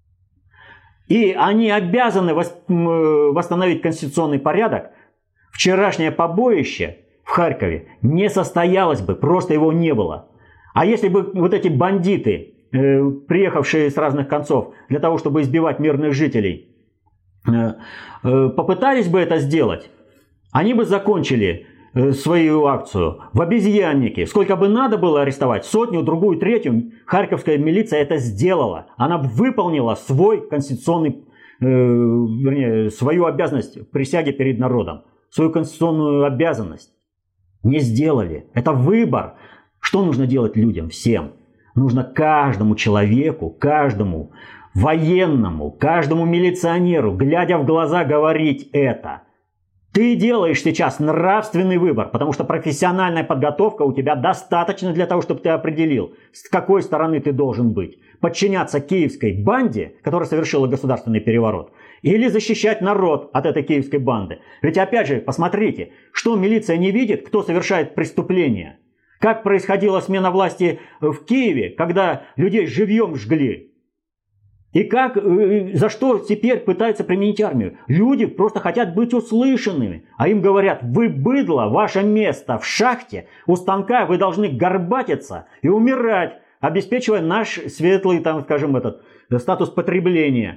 и они обязаны восстановить конституционный порядок, вчерашнее побоище в Харькове не состоялось бы, просто его не было. А если бы вот эти бандиты, приехавшие с разных концов для того, чтобы избивать мирных жителей, попытались бы это сделать, они бы закончили свою акцию в обезьяннике. Сколько бы надо было арестовать, сотню, другую, третью, харьковская милиция это сделала. Она выполнила свой конституционный, э, вернее, свою обязанность присяги перед народом. Свою конституционную обязанность. Не сделали. Это выбор. Что нужно делать людям? Всем. Нужно каждому человеку, каждому военному, каждому милиционеру, глядя в глаза, говорить это. Ты делаешь сейчас нравственный выбор, потому что профессиональная подготовка у тебя достаточно для того, чтобы ты определил, с какой стороны ты должен быть. Подчиняться киевской банде, которая совершила государственный переворот, или защищать народ от этой киевской банды. Ведь опять же, посмотрите, что милиция не видит, кто совершает преступление. Как происходила смена власти в Киеве, когда людей живьем жгли. И как, за что теперь пытается применить армию? Люди просто хотят быть услышанными. А им говорят: вы быдло, ваше место в шахте, у станка, вы должны горбатиться и умирать, обеспечивая наш светлый, там, скажем, этот, статус потребления.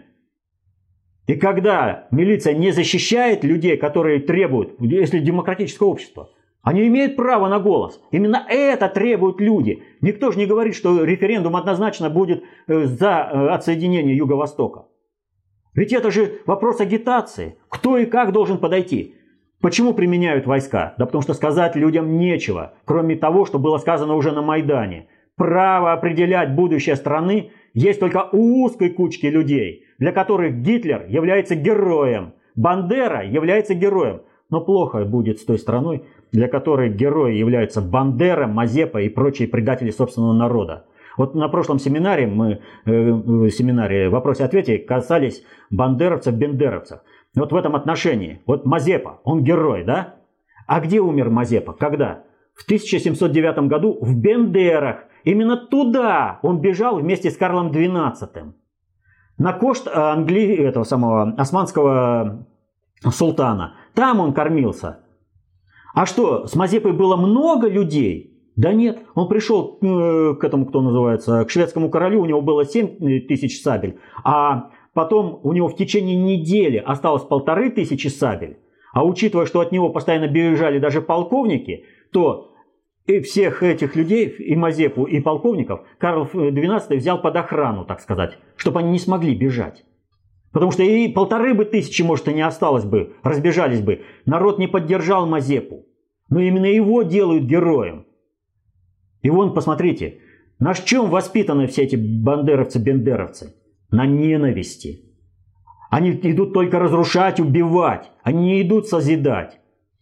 И когда милиция не защищает людей, которые требуют, если демократическое общество, они имеют право на голос. Именно это требуют люди. Никто же не говорит, что референдум однозначно будет за отсоединение Юго-Востока. Ведь это же вопрос агитации. Кто и как должен подойти? Почему применяют войска? Да потому что сказать людям нечего, кроме того, что было сказано уже на Майдане. Право определять будущее страны есть только у узкой кучки людей, для которых Гитлер является героем, Бандера является героем. Но плохо будет с той страной, для которой герои являются Бандера, Мазепа и прочие предатели собственного народа. Вот на прошлом семинаре мы, э, семинаре вопросе-ответе касались бандеровцев-бендеровцев. Вот в этом отношении. Вот Мазепа, он герой, да? А где умер Мазепа? Когда? В тысяча семьсот девятом году в Бендерах. Именно туда он бежал вместе с Карлом двенадцатым. На кошт Англи... этого самого османского султана. Там он кормился. А что, с Мазепой было много людей? Да нет, он пришел э, к этому, кто называется, к шведскому королю, у него было семь тысяч сабель, а потом у него в течение недели осталось полторы тысячи сабель, а учитывая, что от него постоянно бежали даже полковники, то и всех этих людей, и Мазепу, и полковников, Карл двенадцатый взял под охрану, так сказать, чтобы они не смогли бежать. Потому что и полторы бы тысячи, может, и не осталось бы, разбежались бы. Народ не поддержал Мазепу. Но именно его делают героем. И вон, посмотрите, на чем воспитаны все эти бандеровцы-бендеровцы? На ненависти. Они идут только разрушать, убивать. Они не идут созидать.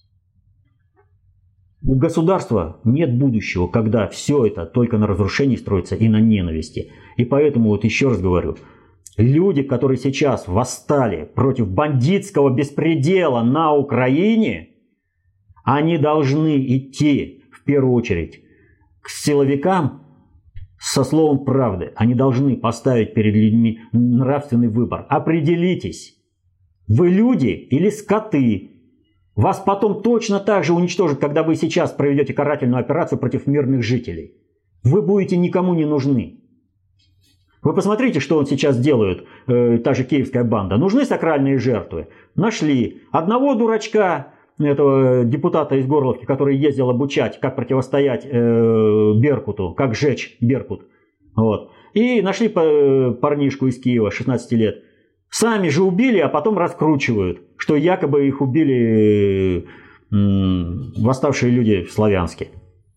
У государства нет будущего, когда все это только на разрушении строится и на ненависти. И поэтому, вот еще раз говорю, люди, которые сейчас восстали против бандитского беспредела на Украине, они должны идти в первую очередь к силовикам со словом правды. Они должны поставить перед людьми нравственный выбор. Определитесь, вы люди или скоты. Вас потом точно так же уничтожат, когда вы сейчас проведете карательную операцию против мирных жителей. Вы будете никому не нужны. Вы посмотрите, что он сейчас делает, э, та же киевская банда. Нужны сакральные жертвы? Нашли. Одного дурачка, этого депутата из Горловки, который ездил обучать, как противостоять э, Беркуту, как сжечь Беркут. Вот. И нашли парнишку из Киева, шестнадцати лет. Сами же убили, а потом раскручивают, что якобы их убили э, восставшие люди в Славянске.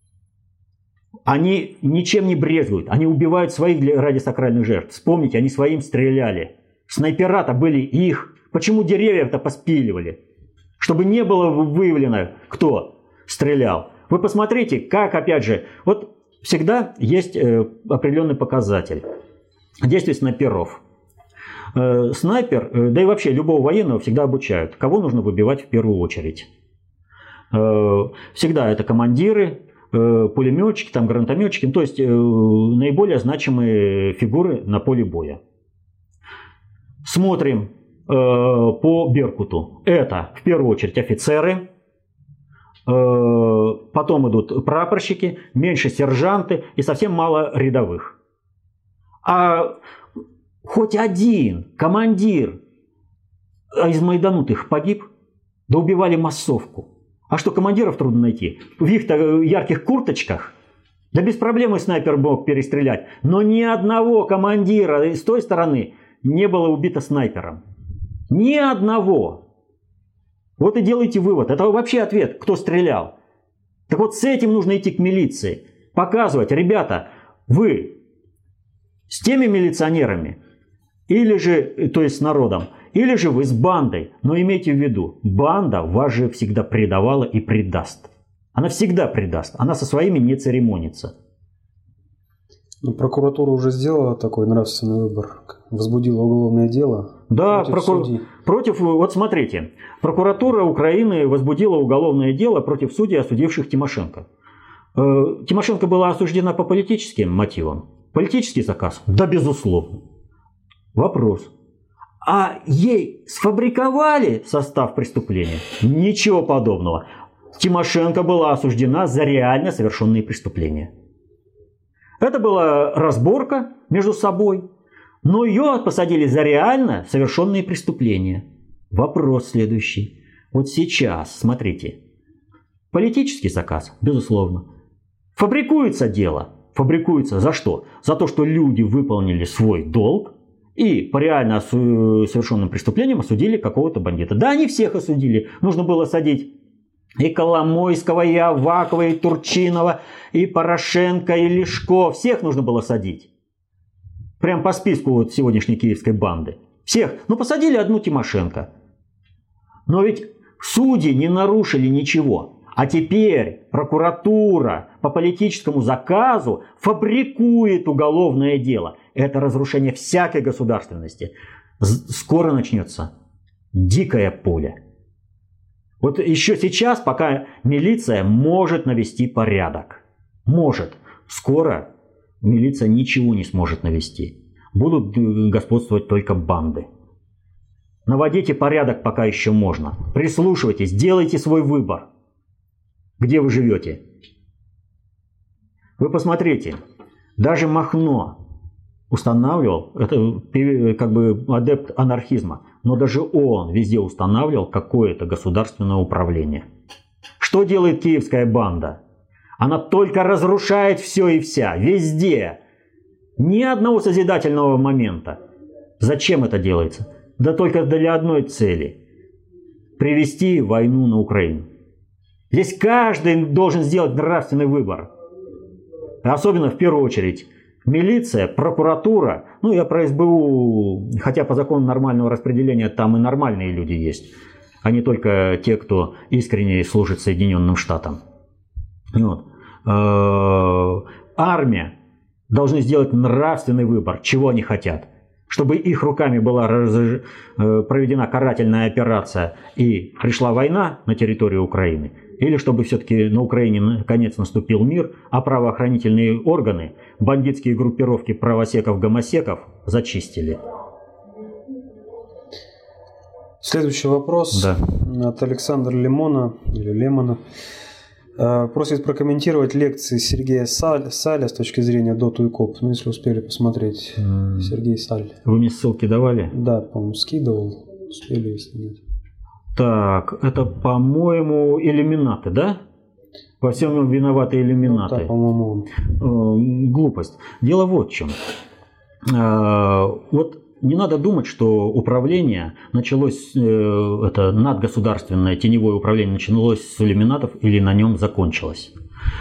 Они ничем не брезгуют. Они убивают своих ради сакральных жертв. Вспомните, они своим стреляли. Снайпера-то были их. Почему деревья-то поспиливали? Чтобы не было выявлено, кто стрелял. Вы посмотрите, как, опять же, вот всегда есть определенный показатель действий снайперов. Снайпер, да и вообще любого военного всегда обучают. Кого нужно выбивать в первую очередь? Всегда это командиры, пулеметчики, там, гранатометчики, то есть наиболее значимые фигуры на поле боя. Смотрим по Беркуту. Это в первую очередь офицеры, потом идут прапорщики, меньше сержанты и совсем мало рядовых. А хоть один командир из майданутых погиб, да убивали массовку. А что, командиров трудно найти? В их-то ярких курточках? Да без проблем и снайпер мог перестрелять. Но ни одного командира с той стороны не было убито снайпером. Ни одного. Вот и делайте вывод. Это вообще ответ, кто стрелял. Так вот с этим нужно идти к милиции. Показывать, ребята, вы с теми милиционерами, или же, то есть с народом, или же вы с бандой. Но имейте в виду, банда вас же всегда предавала и предаст. Она всегда предаст. Она со своими не церемонится. Ну, прокуратура уже сделала такой нравственный выбор. Возбудила уголовное дело. Да, против, прокур... судей. против. Вот смотрите. Прокуратура Украины возбудила уголовное дело против судей, осудивших Тимошенко. Тимошенко была осуждена по политическим мотивам. Политический заказ? Да, безусловно. Вопрос. А ей сфабриковали состав преступления? Ничего подобного. Тимошенко была осуждена за реально совершенные преступления. Это была разборка между собой, но ее посадили за реально совершенные преступления. Вопрос следующий. Вот сейчас, смотрите. Политический заказ, безусловно. Фабрикуется дело. Фабрикуется за что? За то, что люди выполнили свой долг и по реально совершенным преступлениям осудили какого-то бандита. Да, они всех осудили. Нужно было садить и Коломойского, и Авакова, и Турчинова, и Порошенко, и Лешко. Всех нужно было садить. Прям по списку вот сегодняшней киевской банды. Всех. Ну, посадили одну Тимошенко. Но ведь судьи не нарушили ничего. А теперь прокуратура по политическому заказу фабрикует уголовное дело. Это разрушение всякой государственности. Скоро начнется дикое поле. Вот еще сейчас, пока милиция может навести порядок. Может. Скоро милиция ничего не сможет навести. Будут господствовать только банды. Наводите порядок, пока еще можно. Прислушивайтесь, делайте свой выбор. Где вы живете? Вы посмотрите, даже Махно устанавливал, это как бы адепт анархизма, но даже он везде устанавливал какое-то государственное управление. Что делает киевская банда? Она только разрушает все и вся, везде. Ни одного созидательного момента. Зачем это делается? Да только для одной цели. Привести войну на Украину. Здесь каждый должен сделать нравственный выбор. Особенно в первую очередь милиция, прокуратура, ну я про эс бэ у, хотя по закону нормального распределения там и нормальные люди есть, а не только те, кто искренне служит Соединенным Штатам. Вот. Армия должны сделать нравственный выбор, чего они хотят. Чтобы их руками была раз... проведена карательная операция и пришла война на территорию Украины, или чтобы все-таки на Украине наконец наступил мир, а правоохранительные органы, бандитские группировки правосеков-гомосеков зачистили. Следующий вопрос, да, от Александра Лимона, или Лемона. Просит прокомментировать лекции Сергея Саль, Саля с точки зрения доту и коп. Ну, если успели посмотреть. Mm. Сергей Саль. Вы мне ссылки давали? Да, по-моему, скидывал. Успели, если нет. Так, это, по-моему, иллюминаты, да? Во всем виноваты иллюминаты. Ну, да, по-моему. Глупость. Дело вот в чем. Вот не надо думать, что управление началось, это надгосударственное теневое управление началось с иллюминатов или на нем закончилось.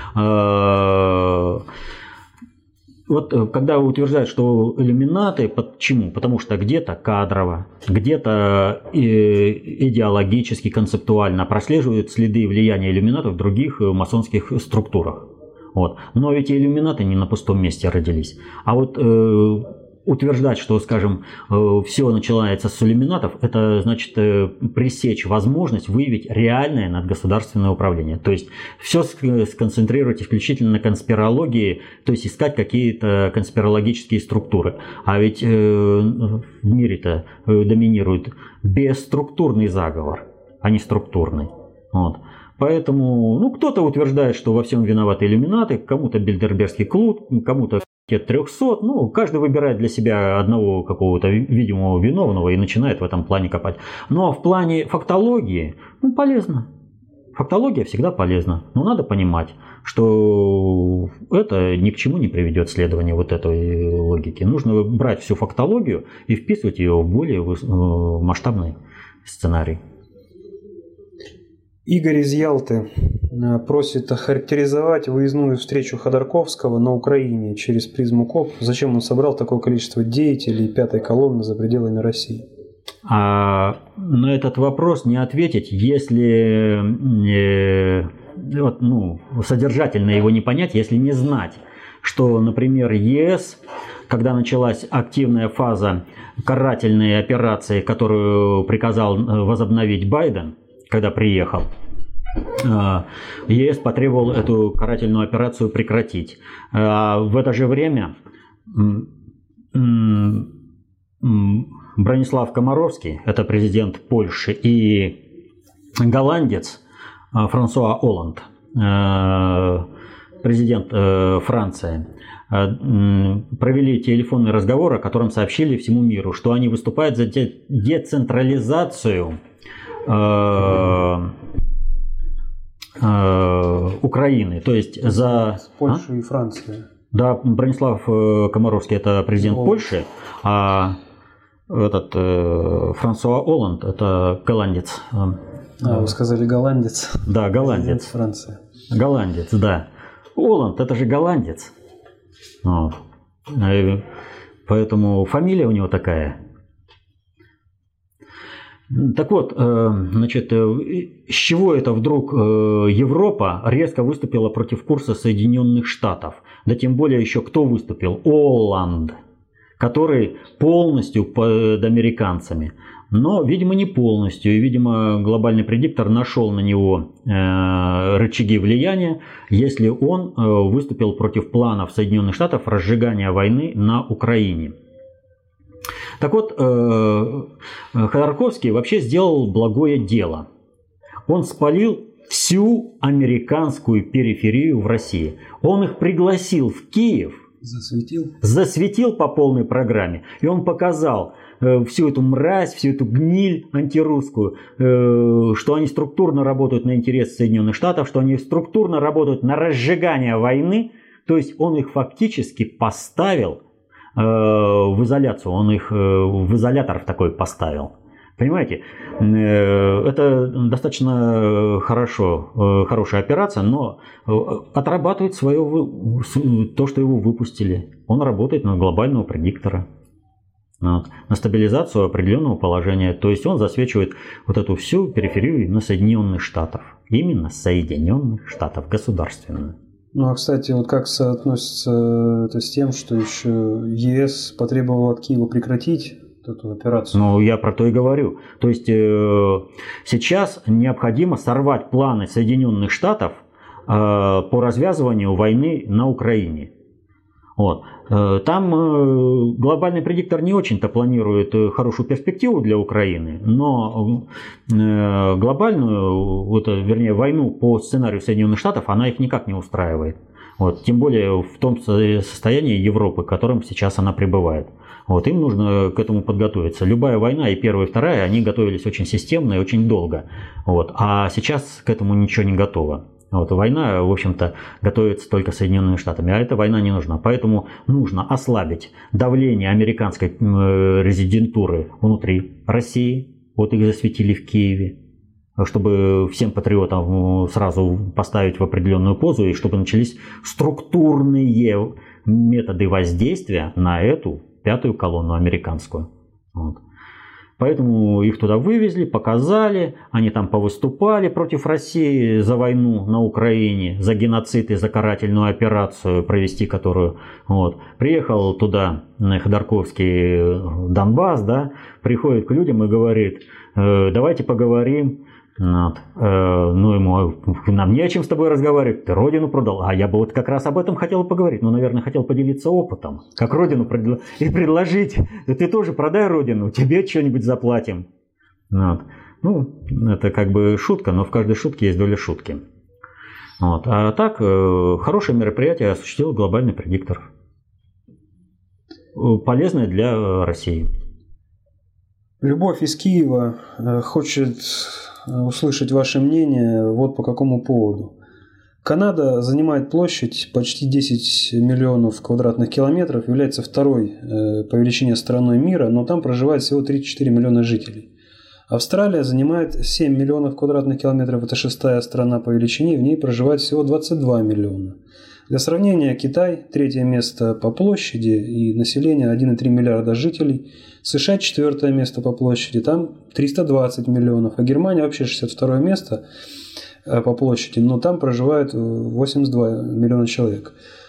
Вот когда утверждают, что иллюминаты, почему? Потому что где-то кадрово, где-то идеологически, концептуально прослеживают следы влияния иллюминатов в других масонских структурах. Вот. Но ведь иллюминаты не на пустом месте родились. А вот э, утверждать, что, скажем, э, все начинается с иллюминатов, это значит э, пресечь возможность выявить реальное надгосударственное управление. То есть все сконцентрировать исключительно на конспирологии, то есть искать какие-то конспирологические структуры. А ведь э, в мире-то э, доминирует бесструктурный заговор, а не структурный. Вот. Поэтому, ну, кто-то утверждает, что во всем виноваты иллюминаты, кому-то Бильдербергский клуб, кому-то трехсот, ну, каждый выбирает для себя одного какого-то видимого виновного и начинает в этом плане копать. Но в плане фактологии, ну, полезно. Фактология всегда полезна, но надо понимать, что это ни к чему не приведет следование вот этой логики. Нужно брать всю фактологию и вписывать ее в более масштабный сценарий. Игорь из Ялты просит охарактеризовать выездную встречу Ходорковского на Украине через призму коп. Зачем он собрал такое количество деятелей пятой колонны за пределами России? А на этот вопрос не ответить, если э, вот, ну, содержательно его не понять, если не знать, что, например, ЕС, когда началась активная фаза карательной операции, которую приказал возобновить Байден, когда приехал, ЕС потребовал эту карательную операцию прекратить. В это же время Бронислав Комаровский, это президент Польши, и голландец Франсуа Олланд, президент Франции, провели телефонный разговор, о котором сообщили всему миру, что они выступают за децентрализацию Украины, то есть за Польшу а? и Францию. Да, Бронислав Комаровский это президент Оланд. Польши, а этот э, Франсуа Олланд это голландец. А, вы сказали голландец. Да, голландец. Франция. Голландец, да. Олланд это же голландец. Вот. Поэтому фамилия у него такая. Так вот, значит, с чего это вдруг Европа резко выступила против курса Соединенных Штатов? Да тем более еще кто выступил? Олланд, который полностью под американцами. Но, видимо, не полностью. И, видимо, глобальный предиктор нашел на него рычаги влияния, если он выступил против планов Соединенных Штатов разжигания войны на Украине. Так вот, Ходорковский вообще сделал благое дело. Он спалил всю американскую периферию в России. Он их пригласил в Киев. Засветил. Засветил по полной программе. И он показал всю эту мразь, всю эту гниль антирусскую, что они структурно работают на интересы Соединенных Штатов, что они структурно работают на разжигание войны. То есть он их фактически поставил в изоляцию, он их в изолятор такой поставил. Понимаете, это достаточно хорошо, хорошая операция, но отрабатывает свое, то, что его выпустили. Он работает на глобального предиктора, на стабилизацию определенного положения. То есть он засвечивает вот эту всю периферию на Соединенных Штатов. Именно Соединенных Штатов, государственную. Ну, а, кстати, вот как соотносится это с тем, что еще ЕС потребовал от Киева прекратить эту операцию? Ну, я про то и говорю. То есть э, сейчас необходимо сорвать планы Соединенных Штатов э, по развязыванию войны на Украине. Вот. Там глобальный предиктор не очень-то планирует хорошую перспективу для Украины, но глобальную, вот, вернее, войну по сценарию Соединенных Штатов, она их никак не устраивает. Вот. Тем более в том состоянии Европы, в котором сейчас она пребывает. Вот. Им нужно к этому подготовиться. Любая война, и первая, и вторая, они готовились очень системно и очень долго. Вот. А сейчас к этому ничего не готово. Вот, война, в общем-то, готовится только Соединенными Штатами, а эта война не нужна. Поэтому нужно ослабить давление американской резидентуры внутри России. Вот их засветили в Киеве, чтобы всем патриотам сразу поставить в определенную позу, и чтобы начались структурные методы воздействия на эту пятую колонну американскую. Вот. Поэтому их туда вывезли, показали, они там повыступали против России за войну на Украине, за геноцид и за карательную операцию, провести которую. Вот. Приехал туда Ходорковский, Донбасс, да, приходит к людям и говорит: давайте поговорим. Вот. Ну, ему: нам не о чем с тобой разговаривать, ты родину продал. А я бы вот как раз об этом хотел поговорить. Ну, наверное, хотел поделиться опытом, как родину предл... и предложить: ты тоже продай родину, тебе что-нибудь заплатим. Вот. Ну, это как бы шутка, но в каждой шутке есть доля шутки. Вот. А так, хорошее мероприятие осуществил глобальный предиктор. Полезное для России. Любовь из Киева хочет услышать ваше мнение вот по какому поводу. Канада занимает площадь почти десять миллионов квадратных километров, является второй по величине страной мира, но там проживает всего тридцать четыре миллиона жителей. Австралия занимает семь миллионов квадратных километров, это шестая страна по величине, в ней проживает всего двадцать два миллиона. Для сравнения, Китай третье место по площади и население один и три миллиарда жителей. США четвертое место по площади, там триста двадцать миллионов. А Германия вообще шестьдесят второе место по площади, но там проживает восемьдесят два миллиона человек.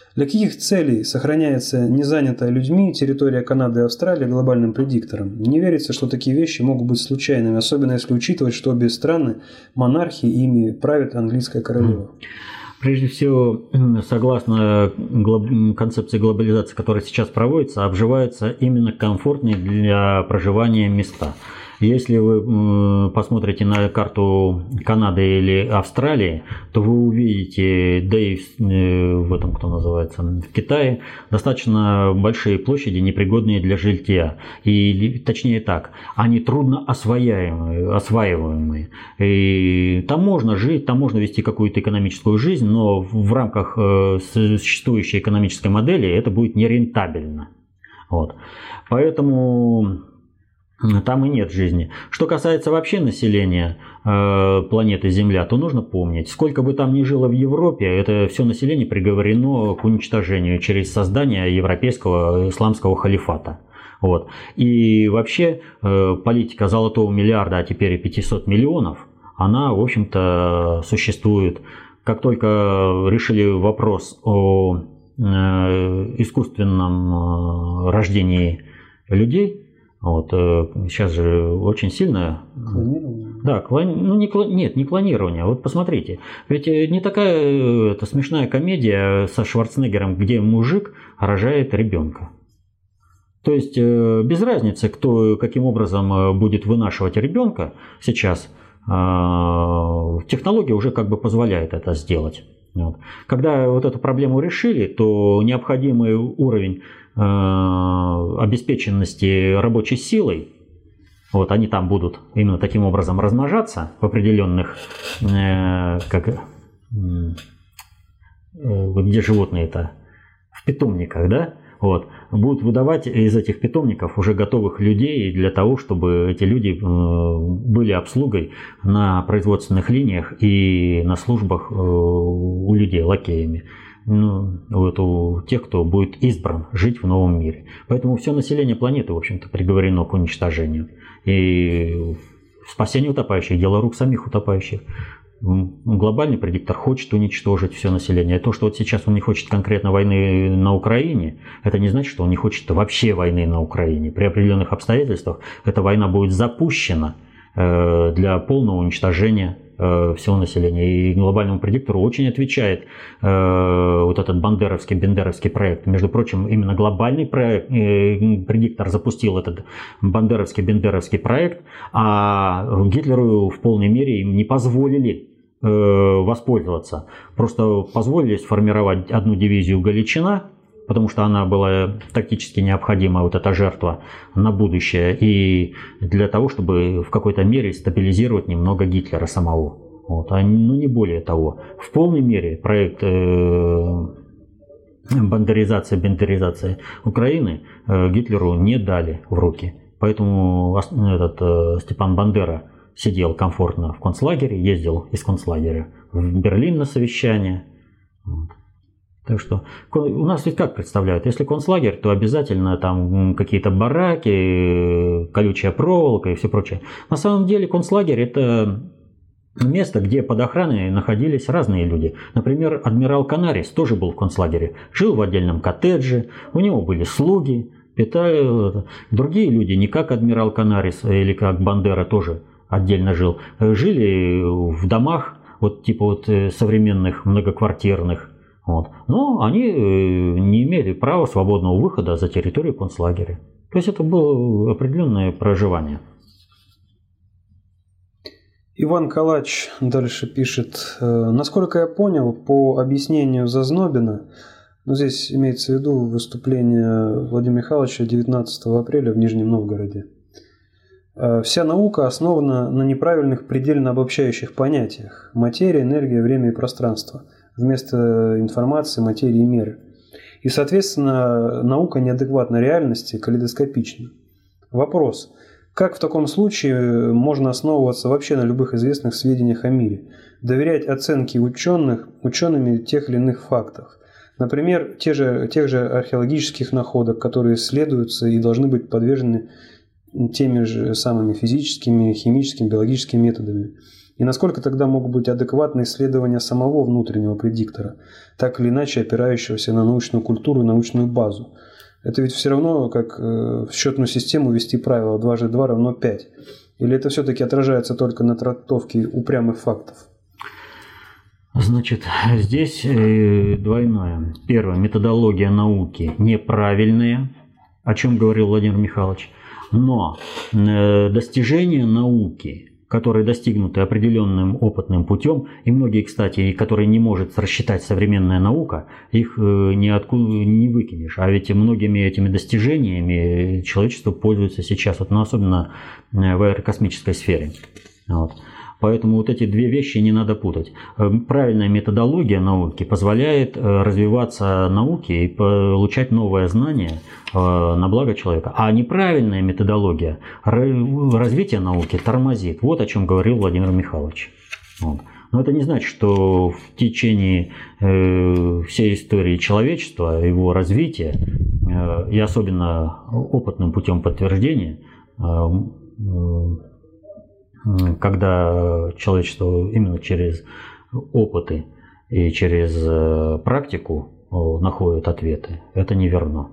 Для каких целей сохраняется незанятая людьми территория Канады и Австралии глобальным предиктором? Не верится, что такие вещи могут быть случайными, особенно если учитывать, что обе страны монархии, ими правит английская королева. Прежде всего, согласно концепции глобализации, которая сейчас проводится, обживаются именно комфортные для проживания места. Если вы посмотрите на карту Канады или Австралии, то вы увидите, да и в этом, кто называется, в Китае, достаточно большие площади, непригодные для жилья. И, точнее так, они трудно осваиваемые, осваиваемые. И там можно жить, там можно вести какую-то экономическую жизнь, но в рамках существующей экономической модели это будет нерентабельно. Вот. Поэтому там и нет жизни. Что касается вообще населения э, планеты Земля, то нужно помнить, сколько бы там ни жило в Европе, это все население приговорено к уничтожению через создание европейского исламского халифата. Вот. И вообще э, политика золотого миллиарда, а теперь и пятисот миллионов, она, в общем-то, существует. Как только решили вопрос о э, искусственном э, рождении людей, вот, сейчас же очень сильно... Клонирование? Да, клон... ну, не клон... нет, не клонирование. Вот посмотрите, ведь не такая это смешная комедия со Шварценеггером, где мужик рожает ребенка. То есть без разницы, кто каким образом будет вынашивать ребенка сейчас, технология уже как бы позволяет это сделать. Вот. Когда вот эту проблему решили, то необходимый уровень э, обеспеченности рабочей силой, вот они там будут именно таким образом размножаться в определенных, э, как, э, где животные-то, в питомниках, да? Вот, будут выдавать из этих питомников уже готовых людей для того, чтобы эти люди были обслугой на производственных линиях и на службах у людей, лакеями. Ну, вот у тех, кто будет избран жить в новом мире. Поэтому все население планеты, в общем-то, приговорено к уничтожению. И спасение утопающих – дело рук самих утопающих. Глобальный предиктор хочет уничтожить все население. То, что вот сейчас он не хочет конкретно войны на Украине, это не значит, что он не хочет вообще войны на Украине. При определенных обстоятельствах эта война будет запущена для полного уничтожения всего населения. И глобальному предиктору очень отвечает вот этот бандеровский, бендеровский проект. Между прочим, именно глобальный проект, предиктор запустил этот бандеровский, бендеровский проект, а Гитлеру в полной мере им не позволили воспользоваться. Просто позволили сформировать одну дивизию Галичина, потому что она была тактически необходима, вот эта жертва, на будущее, и для того, чтобы в какой-то мере стабилизировать немного Гитлера самого. Вот. А, ну, не более того. В полной мере проект э, бандеризации, бендеризации Украины э, Гитлеру не дали в руки. Поэтому этот э, Степан Бандера сидел комфортно в концлагере, ездил из концлагеря в Берлин на совещание. Вот. Так что у нас ведь как представляют, если концлагерь, то обязательно там какие-то бараки, колючая проволока и все прочее. На самом деле концлагерь — это место, где под охраной находились разные люди. Например, адмирал Канарис тоже был в концлагере, жил в отдельном коттедже, у него были слуги, питали. Другие люди, не как адмирал Канарис или как Бандера, тоже отдельно жил, жили в домах, вот типа вот современных многоквартирных. Вот. Но они не имели права свободного выхода за территорию концлагеря. То есть это было определенное проживание. Иван Калач дальше пишет. Насколько я понял, по объяснению Зазнобина, ну, здесь имеется в виду выступление Владимира Михайловича девятнадцатого апреля в Нижнем Новгороде, вся наука основана на неправильных предельно обобщающих понятиях: материя, энергия, время и пространство, вместо информации, материи и меры. И, соответственно, наука неадекватна реальности, калейдоскопична. Вопрос: как в таком случае можно основываться вообще на любых известных сведениях о мире, доверять оценке ученых, учеными тех или иных фактов? Например, те же, тех же археологических находок, которые исследуются и должны быть подвержены теми же самыми физическими, химическими, биологическими методами. И насколько тогда могут быть адекватны исследования самого внутреннего предиктора, так или иначе опирающегося на научную культуру и научную базу? Это ведь все равно, как в счетную систему ввести правило дважды два равно пять. Или это все-таки отражается только на трактовке упрямых фактов? Значит, здесь двойное. Первое. Методология науки неправильная, о чем говорил Владимир Михайлович. Но достижения науки, которые достигнуты определенным опытным путем, и многие, кстати, которые не может рассчитать современная наука, их ниоткуда не выкинешь. А ведь многими этими достижениями человечество пользуется сейчас, вот, ну, особенно в аэрокосмической сфере. Вот. Поэтому вот эти две вещи не надо путать. Правильная методология науки позволяет развиваться науке и получать новое знание на благо человека. А неправильная методология развития науки тормозит. Вот о чем говорил Владимир Михайлович. Вот. Но это не значит, что в течение всей истории человечества, его развития, и особенно опытным путем подтверждения, когда человечество именно через опыты и через практику находит ответы, это неверно.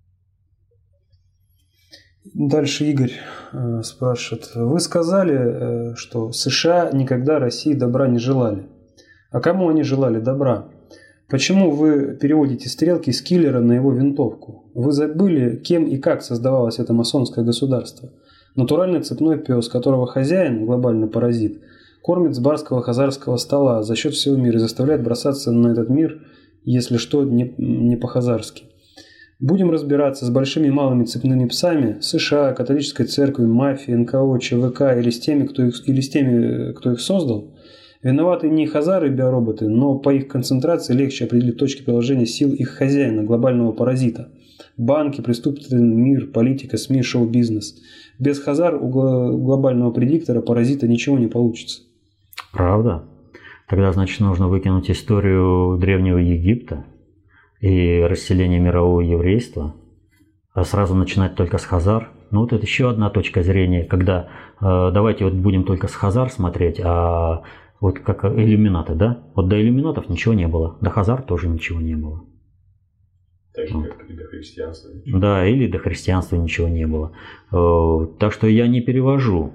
Дальше Игорь спрашивает. Вы сказали, что США никогда России добра не желали. А кому они желали добра? Почему вы переводите стрелки с киллера на его винтовку? Вы забыли, кем и как создавалось это масонское государство? Натуральный цепной пес, которого хозяин, глобальный паразит, кормит с барского хазарского стола за счет всего мира и заставляет бросаться на этот мир, если что, не, не по-хазарски. Будем разбираться с большими и малыми цепными псами США, католической церкви, мафией, эн ка о, че вэ ка или с теми, кто их, или с теми, кто их создал. Виноваты не хазары и биороботы, но по их концентрации легче определить точки приложения сил их хозяина, глобального паразита. Банки, преступный мир, политика, СМИ, шоу-бизнес. Без хазар у глобального предиктора, паразита ничего не получится. Правда? Тогда, значит, нужно выкинуть историю Древнего Египта и расселение мирового еврейства, а сразу начинать только с хазар. Ну вот это еще одна точка зрения, когда э, давайте вот будем только с хазар смотреть, а вот как иллюминаты, да? Вот до иллюминатов ничего не было, до хазар тоже ничего не было. Так же, вот. Как и до христианства. Да, или до христианства ничего не было. Э, так что я не перевожу,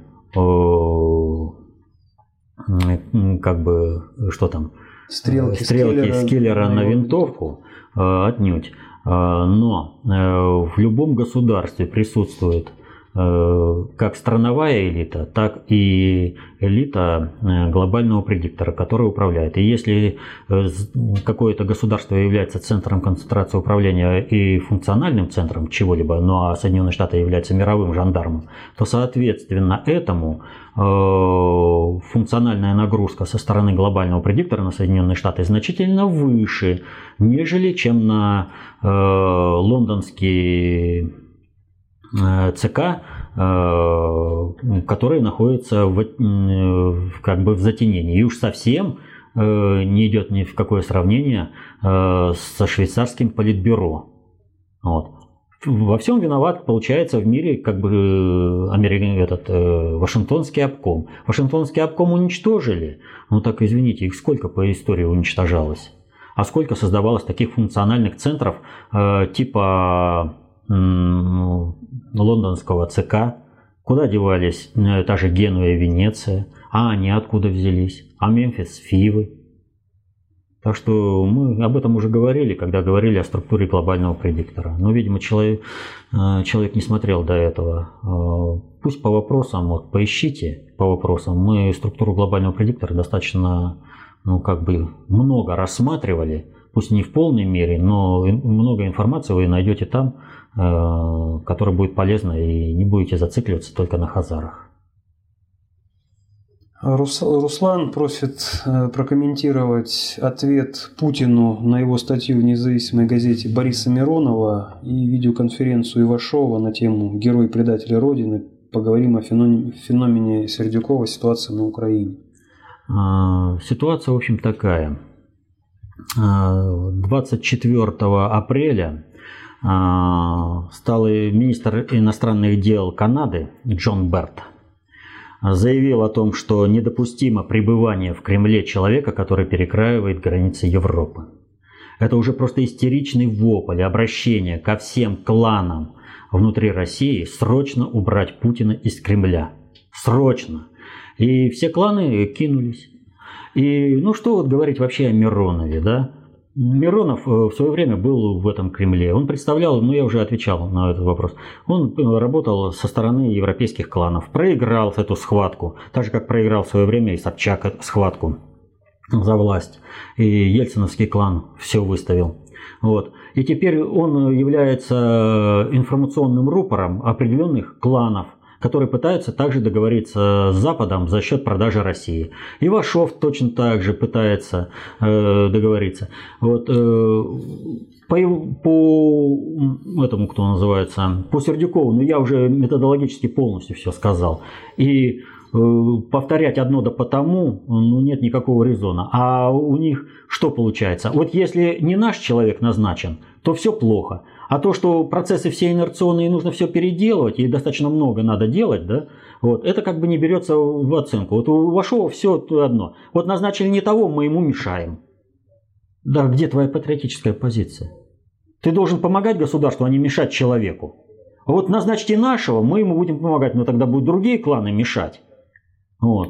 э, как бы, что там, стрелки, стрелки с киллера на винтовку. Отнюдь. Но в любом государстве присутствует как страновая элита, так и элита глобального предиктора, который управляет. И если какое-то государство является центром концентрации управления и функциональным центром чего-либо, ну а Соединенные Штаты являются мировым жандармом, то соответственно этому функциональная нагрузка со стороны глобального предиктора на Соединенные Штаты значительно выше, нежели чем на э, лондонский э, ЦК, э, который находится в, э, как бы в затенении. И уж совсем э, не идет ни в какое сравнение э, со швейцарским политбюро. Вот. Во всем виноват, получается, в мире как бы Америка, этот, э, Вашингтонский обком. Вашингтонский обком уничтожили. Ну так, извините, их сколько по истории уничтожалось? А сколько создавалось таких функциональных центров э, типа э, лондонского ЦК? Куда девались э, та же Генуя и Венеция? А они откуда взялись? А Мемфис, Фивы? Так что мы об этом уже говорили, когда говорили о структуре глобального предиктора. Но, видимо, человек, человек не смотрел до этого. Пусть по вопросам, вот, поищите по вопросам. Мы структуру глобального предиктора достаточно, ну, как бы много рассматривали. Пусть не в полной мере, но много информации вы найдете там, которая будет полезна, и не будете зацикливаться только на хазарах. Руслан просит прокомментировать ответ Путину на его статью в независимой газете Бориса Миронова и видеоконференцию Ивашова на тему «Герой, предатель Родины». Поговорим о феномене Сердюкова, ситуации на Украине. Ситуация, в общем, такая. двадцать четвёртого апреля стал министр иностранных дел Канады Джон Берт заявил о том, что недопустимо пребывание в Кремле человека, который перекраивает границы Европы. Это уже просто истеричный вопль, обращение ко всем кланам внутри России срочно убрать Путина из Кремля. Срочно. И все кланы кинулись. И ну что вот говорить вообще о Миронове, да? Миронов в свое время был в этом Кремле. Он представлял, ну я уже отвечал на этот вопрос, он работал со стороны европейских кланов, проиграл эту схватку, так же как проиграл в свое время и Собчак схватку за власть. И ельциновский клан все выставил. Вот. И теперь он является информационным рупором определенных кланов, которые пытаются также договориться с Западом за счет продажи России. Ивашов точно так же пытается э, договориться. Вот, э, по, по этому, кто называется, по Сердюкову, ну я уже методологически полностью все сказал. И повторять одно да потому, ну, нет никакого резона. А у них что получается? Вот если не наш человек назначен, то все плохо. А то, что процессы все инерционные, нужно все переделывать, и достаточно много надо делать, да, вот, это как бы не берется в оценку. Вот у Вашова все одно. Вот назначили не того, мы ему мешаем. Да, где твоя патриотическая позиция? Ты должен помогать государству, а не мешать человеку. А вот назначьте нашего, мы ему будем помогать, но тогда будут другие кланы мешать. Вот.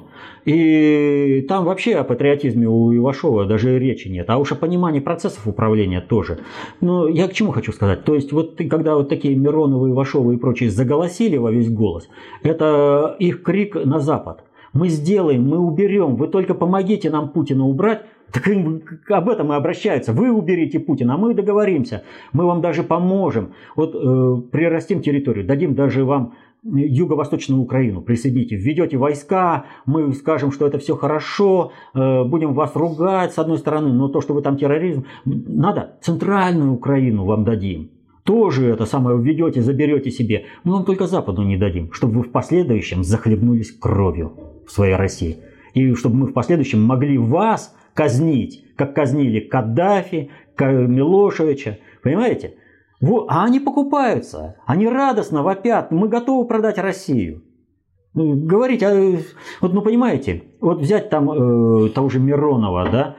И там вообще о патриотизме у Ивашова даже речи нет. А уж о понимании процессов управления тоже. Но я к чему хочу сказать? То есть, вот когда вот такие Мироновы, Ивашовы и прочие заголосили во весь голос, это их крик на Запад. Мы сделаем, мы уберем, вы только помогите нам Путина убрать. Так им об этом и обращаются. Вы уберите Путина, а мы договоримся. Мы вам даже поможем. Вот э, прирастим территорию, дадим даже вам юго-восточную Украину, присоедините, введете войска, мы скажем, что это все хорошо, будем вас ругать с одной стороны, но то, что вы там терроризм, надо центральную Украину вам дадим. Тоже это самое введете, заберете себе. Мы вам только Западу не дадим, чтобы вы в последующем захлебнулись кровью в своей России. И чтобы мы в последующем могли вас казнить, как казнили Каддафи, Милошевича. Понимаете? Вот, а они покупаются, они радостно вопят, мы готовы продать Россию. Говорить, а, вот, ну понимаете, вот взять там э, того же Миронова, да,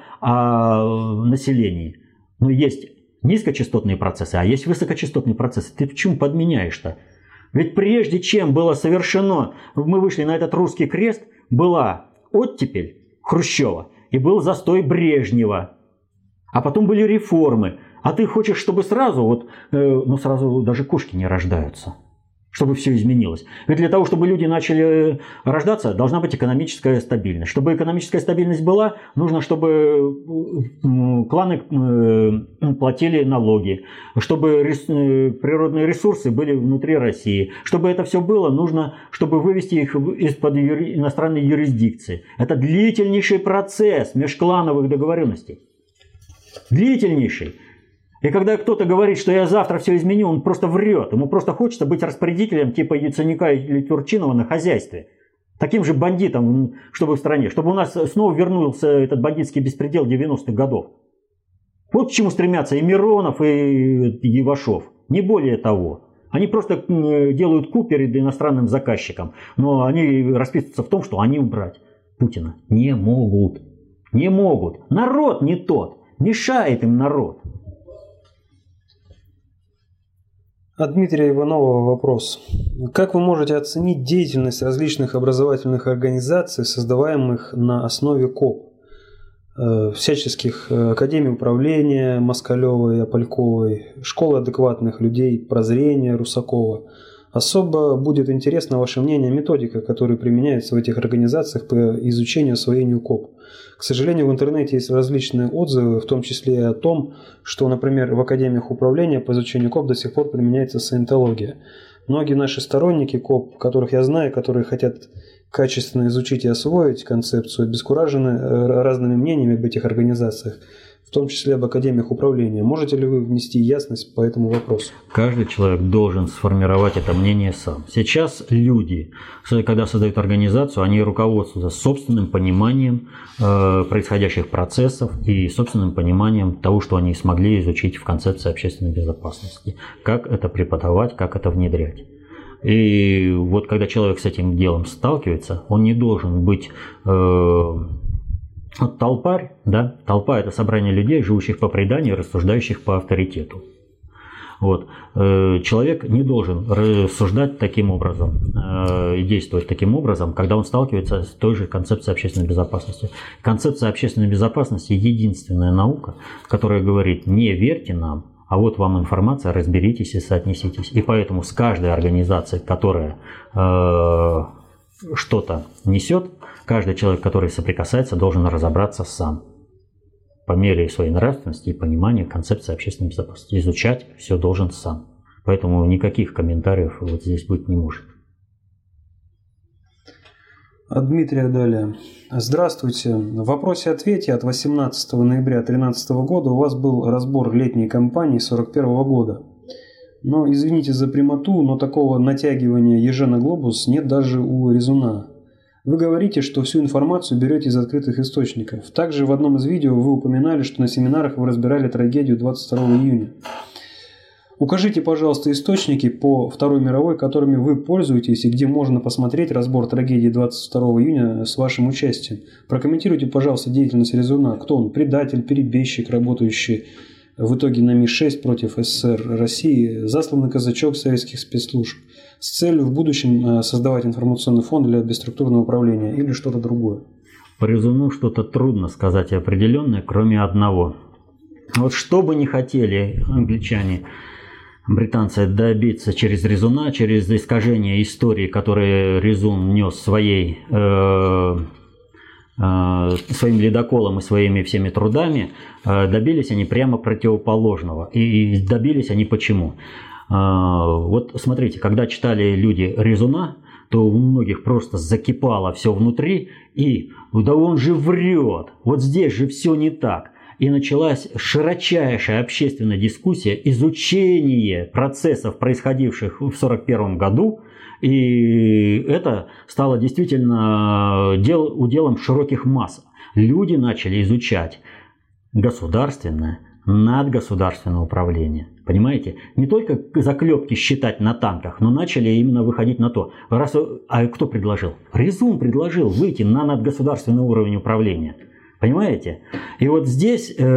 о населении. Ну есть низкочастотные процессы, а есть высокочастотные процессы. Ты почему подменяешь-то? Ведь прежде чем было совершено, мы вышли на этот русский крест, была оттепель Хрущева и был застой Брежнева. А потом были реформы. А ты хочешь, чтобы сразу, вот, э, ну сразу даже кошки не рождаются, чтобы все изменилось. Ведь для того, чтобы люди начали рождаться, должна быть экономическая стабильность. Чтобы экономическая стабильность была, нужно, чтобы кланы э, платили налоги, чтобы рес, э, природные ресурсы были внутри России. Чтобы это все было, нужно, чтобы вывести их из-под юри, иностранной юрисдикции. Это длительнейший процесс межклановых договоренностей. Длительнейший. И когда кто-то говорит, что я завтра все изменю, он просто врет. Ему просто хочется быть распорядителем типа Яценюка или Турчинова на хозяйстве. Таким же бандитом, чтобы в стране. Чтобы у нас снова вернулся этот бандитский беспредел девяностых годов. Вот к чему стремятся и Миронов, и Ивашов. Не более того. Они просто делают ку перед иностранным заказчиком. Но они расписываются в том, что они убрать Путина не могут. Не могут. Народ не тот. Мешает им народ. От Дмитрия Иванова вопрос. Как вы можете оценить деятельность различных образовательных организаций, создаваемых на основе КОП? Всяческих Академий управления Москалевой, Апальковой, Школы адекватных людей, Прозрения Русакова. Особо будет интересно ваше мнение о методиках, которые применяются в этих организациях по изучению и освоению КОП. К сожалению, в интернете есть различные отзывы, в том числе и о том, что, например, в академиях управления по изучению КОП до сих пор применяется саентология. Многие наши сторонники КОП, которых я знаю, которые хотят качественно изучить и освоить концепцию, обескуражены разными мнениями об этих организациях, в том числе об академиях управления. Можете ли вы внести ясность по этому вопросу? Каждый человек должен сформировать это мнение сам. Сейчас люди, когда создают организацию, они руководствуются собственным пониманием э, происходящих процессов и собственным пониманием того, что они смогли изучить в концепции общественной безопасности. Как это преподавать, как это внедрять. И вот когда человек с этим делом сталкивается, он не должен быть... Э, вот толпарь, да, толпа – это собрание людей, живущих по преданию, рассуждающих по авторитету. Вот. Человек не должен рассуждать таким образом, действовать таким образом, когда он сталкивается с той же концепцией общественной безопасности. Концепция общественной безопасности – единственная наука, которая говорит: не верьте нам, а вот вам информация, разберитесь и соотнеситесь. И поэтому с каждой организацией, которая э, что-то несет, каждый человек, который соприкасается, должен разобраться сам. По мере своей нравственности и понимания концепции общественной безопасности. Изучать все должен сам. Поэтому никаких комментариев вот здесь быть не может. От Дмитрия далее. Здравствуйте. В вопросе-ответе от восемнадцатого ноября две тысячи тринадцатого года у вас был разбор летней кампании сорок первого года. Но, извините за прямоту, но такого натягивания ежа на глобус нет даже у Резуна. Вы говорите, что всю информацию берете из открытых источников. Также в одном из видео вы упоминали, что на семинарах вы разбирали трагедию двадцать второго июня. Укажите, пожалуйста, источники по Второй мировой, которыми вы пользуетесь и где можно посмотреть разбор трагедии двадцать второго июня с вашим участием. Прокомментируйте, пожалуйста, деятельность Резуна. Кто он? Предатель, перебежчик, работающий в итоге на Ми шесть против СССР России, засланный казачок советских спецслужб с целью в будущем создавать информационный фонд для бесструктурного управления или что-то другое? По Резуну что-то трудно сказать определенное, кроме одного. Вот что бы ни хотели англичане, британцы добиться через Резуна, через искажение истории, которые Резун нес своей, э, э, своим ледоколом и своими всеми трудами, э, добились они прямо противоположного. И добились они почему? Вот смотрите, когда читали люди Резуна, то у многих просто закипало все внутри, и да он же врет, вот здесь же все не так. И началась широчайшая общественная дискуссия, изучение процессов, происходивших в сорок первом году, и это стало действительно дел, уделом широких масс. Люди начали изучать государственное, надгосударственное управление. Понимаете? Не только заклепки считать на танках, но начали именно выходить на то. Раз... А кто предложил? Резун предложил выйти на надгосударственный уровень управления. Понимаете? И вот здесь э,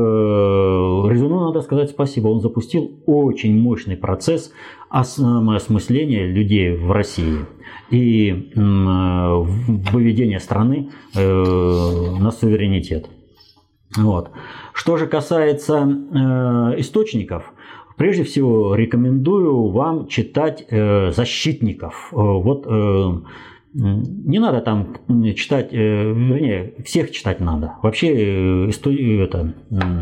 Резуну надо сказать спасибо. Он запустил очень мощный процесс осмысления людей в России и э, выведения страны э, на суверенитет. Вот. Что же касается э, источников, прежде всего рекомендую вам читать э, защитников. Э, вот э, не надо там читать, э, вернее, всех читать надо. Вообще э, это,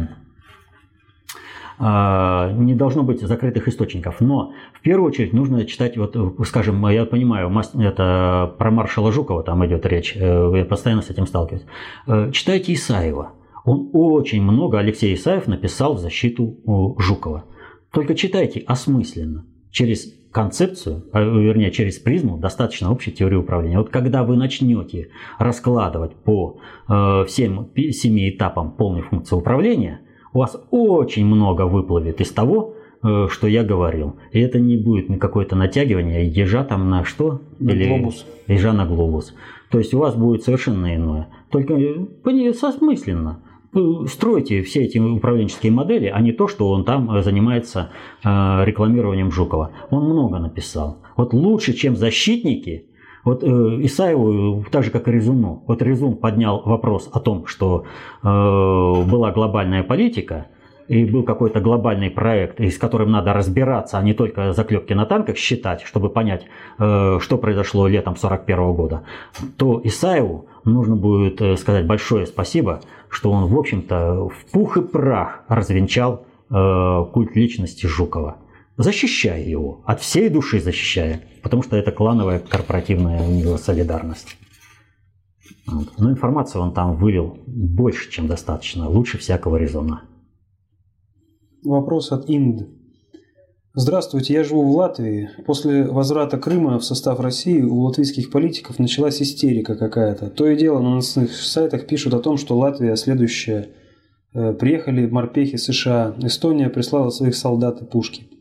э, не должно быть закрытых источников. Но в первую очередь нужно читать, вот, скажем, я понимаю, это про маршала Жукова там идет речь, э, я постоянно с этим сталкиваюсь. Э, читайте Исаева. Он очень много, Алексей Исаев, написал в защиту Жукова. Только читайте осмысленно, через концепцию, вернее, через призму достаточно общей теории управления. Вот когда вы начнете раскладывать по э, всем семи этапам полной функции управления, у вас очень много выплывет из того, э, что я говорил. И это не будет какое-то натягивание ежа там на что? На Или глобус. Ежа на глобус. То есть у вас будет совершенно иное. Только осмысленно. Стройте все эти управленческие модели, а не то, что он там занимается рекламированием Жукова. Он много написал. Вот лучше, чем защитники, вот Исаеву, так же как и Резуну. Вот Резун поднял вопрос о том, что была глобальная политика, и был какой-то глобальный проект, с которым надо разбираться, а не только заклепки на танках считать, чтобы понять, что произошло летом сорок первого года, то Исаеву нужно будет сказать большое спасибо, что он, в общем-то, в пух и прах развенчал культ личности Жукова, защищая его, от всей души защищая, потому что это клановая корпоративная у него солидарность. Но информацию он там вылил больше, чем достаточно, лучше всякого Резуна. Вопрос от Инд. Здравствуйте, я живу в Латвии. После возврата Крыма в состав России у латвийских политиков началась истерика какая-то. То и дело на новостных сайтах пишут о том, что Латвия следующая. Приехали морпехи США. Эстония прислала своих солдат и пушки.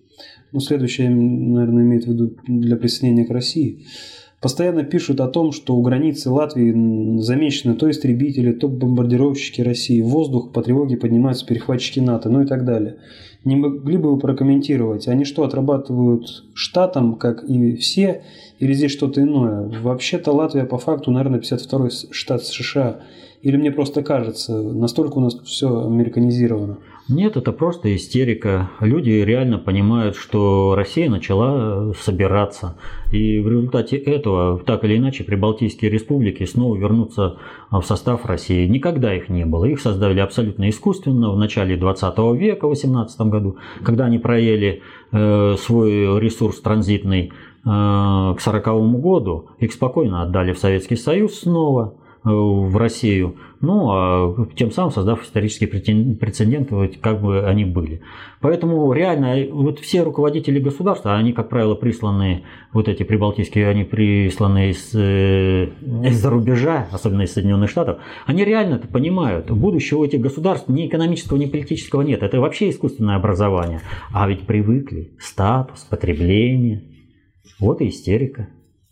ну, следующее, наверное, имеет в виду для присоединения к России, постоянно пишут о том, что у границы Латвии замечены то истребители, то бомбардировщики России. В воздух по тревоге поднимаются перехватчики НАТО, ну и так далее. Не могли бы вы прокомментировать, они что, отрабатывают штатом, как и все, или здесь что-то иное? Вообще-то Латвия по факту, наверное, пятьдесят второй штат США. Или мне просто кажется, настолько у нас все американизировано? Нет, это просто истерика. Люди реально понимают, что Россия начала собираться. И в результате этого, так или иначе, прибалтийские республики снова вернутся в состав России. Никогда их не было. Их создали абсолютно искусственно в начале двадцатого века, в восемнадцатом году, когда они проели э, свой ресурс транзитный э, к сороковому году. Их спокойно отдали в Советский Союз снова, в Россию, ну, а тем самым создав исторический прецедент, как бы они были. Поэтому реально вот все руководители государства, они, как правило, присланы, вот эти прибалтийские, они присланы из, из-за рубежа, особенно из Соединенных Штатов, они реально это понимают. Будущего у этих государств ни экономического, ни политического нет. Это вообще искусственное образование. А ведь привыкли. Статус, потребление. Вот и истерика.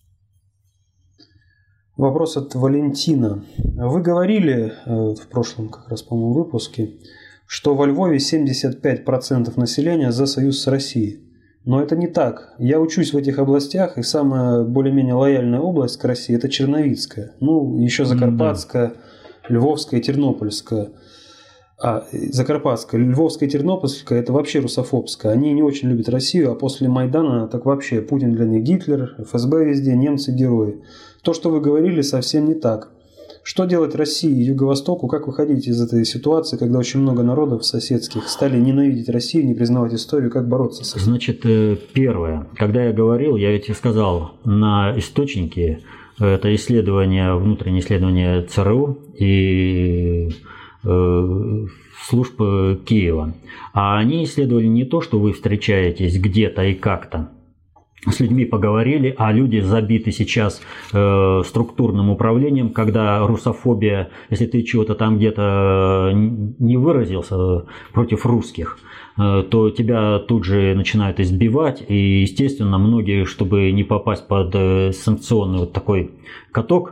Вопрос от Валентина. Вы говорили в прошлом, как раз, по-моему, выпуске, что во Львове семьдесят пять процентов населения за союз с Россией. Но это не так. Я учусь в этих областях, и самая более-менее лояльная область к России – это Черновицкая. Ну, еще Закарпатская, Львовская, Тернопольская. А, Закарпатская, Львовская и Тернопольская – это вообще русофобская. Они не очень любят Россию, а после Майдана так вообще Путин для них Гитлер, эф эс бэ везде, немцы – герои. То, что вы говорили, совсем не так. Что делать России и Юго-Востоку? Как выходить из этой ситуации, когда очень много народов соседских стали ненавидеть Россию, не признавать историю? Как бороться с этим? Значит, первое. Когда я говорил, я ведь сказал, на источнике, это исследование, внутреннее исследование цэ эр у и служб Киева. А они исследовали не то, что вы встречаетесь где-то и как-то, с людьми поговорили, а люди забиты сейчас э, структурным управлением, когда русофобия, если ты чего-то там где-то не выразился против русских, э, то тебя тут же начинают избивать, и, естественно, многие, чтобы не попасть под э, санкционный вот такой каток,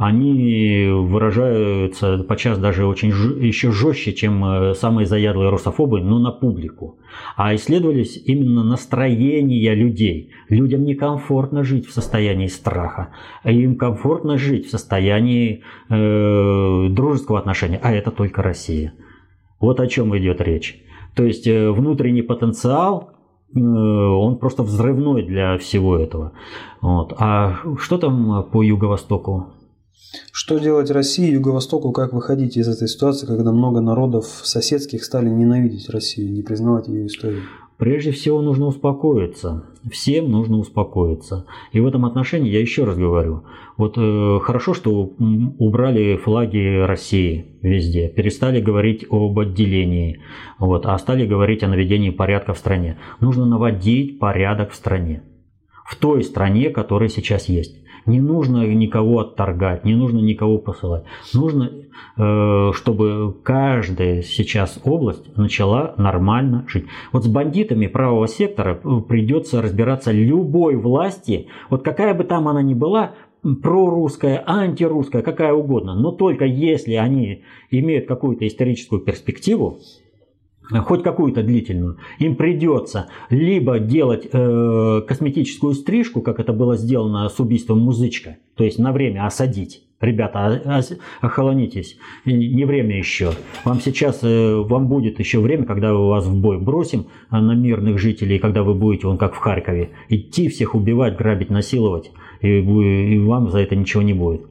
они выражаются подчас даже очень ж... еще жестче, чем самые заядлые русофобы, но на публику. А исследовались именно настроения людей. Людям некомфортно жить в состоянии страха, а им комфортно жить в состоянии э, дружеского отношения, а это только Россия. Вот о чем идет речь. То есть э, внутренний потенциал, э, он просто взрывной для всего этого. Вот. А что там по Юго-Востоку? Что делать России и Юго-Востоку, как выходить из этой ситуации, когда много народов соседских стали ненавидеть Россию, не признавать ее историю? Прежде всего нужно успокоиться. Всем нужно успокоиться. И в этом отношении я еще раз говорю. Вот э, хорошо, что убрали флаги России везде. Перестали говорить об отделении. Вот, а стали говорить о наведении порядка в стране. Нужно наводить порядок в стране. В той стране, которая сейчас есть. Не нужно никого отторгать, не нужно никого посылать. Нужно, чтобы каждая сейчас область начала нормально жить. Вот с бандитами правого сектора придется разбираться любой власти, вот какая бы там она ни была, прорусская, антирусская, какая угодно, но только если они имеют какую-то историческую перспективу, хоть какую-то длительную, им придется либо делать э, косметическую стрижку, как это было сделано с убийством Музычка, то есть на время осадить. Ребята, охолонитесь, не время еще. Вам сейчас, э, вам будет еще время, когда мы вас в бой бросим на мирных жителей, когда вы будете, вон как в Харькове, идти всех убивать, грабить, насиловать, и, и вам за это ничего не будет.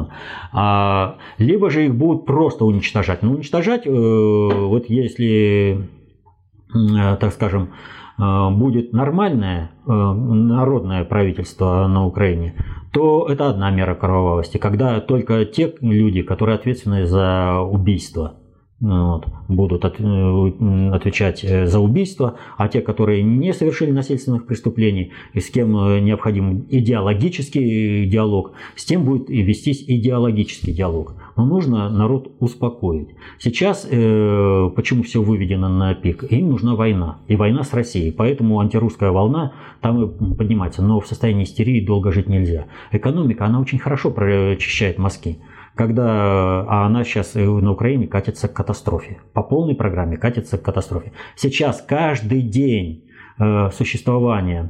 А, либо же их будут просто уничтожать. Но уничтожать, э, вот если, э, так скажем, э, будет нормальное э, народное правительство на Украине, то это одна мера кровавости, когда только те люди, которые ответственны за убийство, вот, будут от, отвечать за убийство, а те, которые не совершили насильственных преступлений и с кем необходим идеологический диалог, с тем будет и вестись идеологический диалог. Но нужно народ успокоить. Сейчас э, почему все выведено на пик? Им нужна война. И война с Россией. Поэтому антирусская волна там и поднимается. Но в состоянии истерии долго жить нельзя. Экономика, она очень хорошо прочищает мозги. Когда, а она сейчас на Украине катится к катастрофе. По полной программе катится к катастрофе. Сейчас каждый день э, существования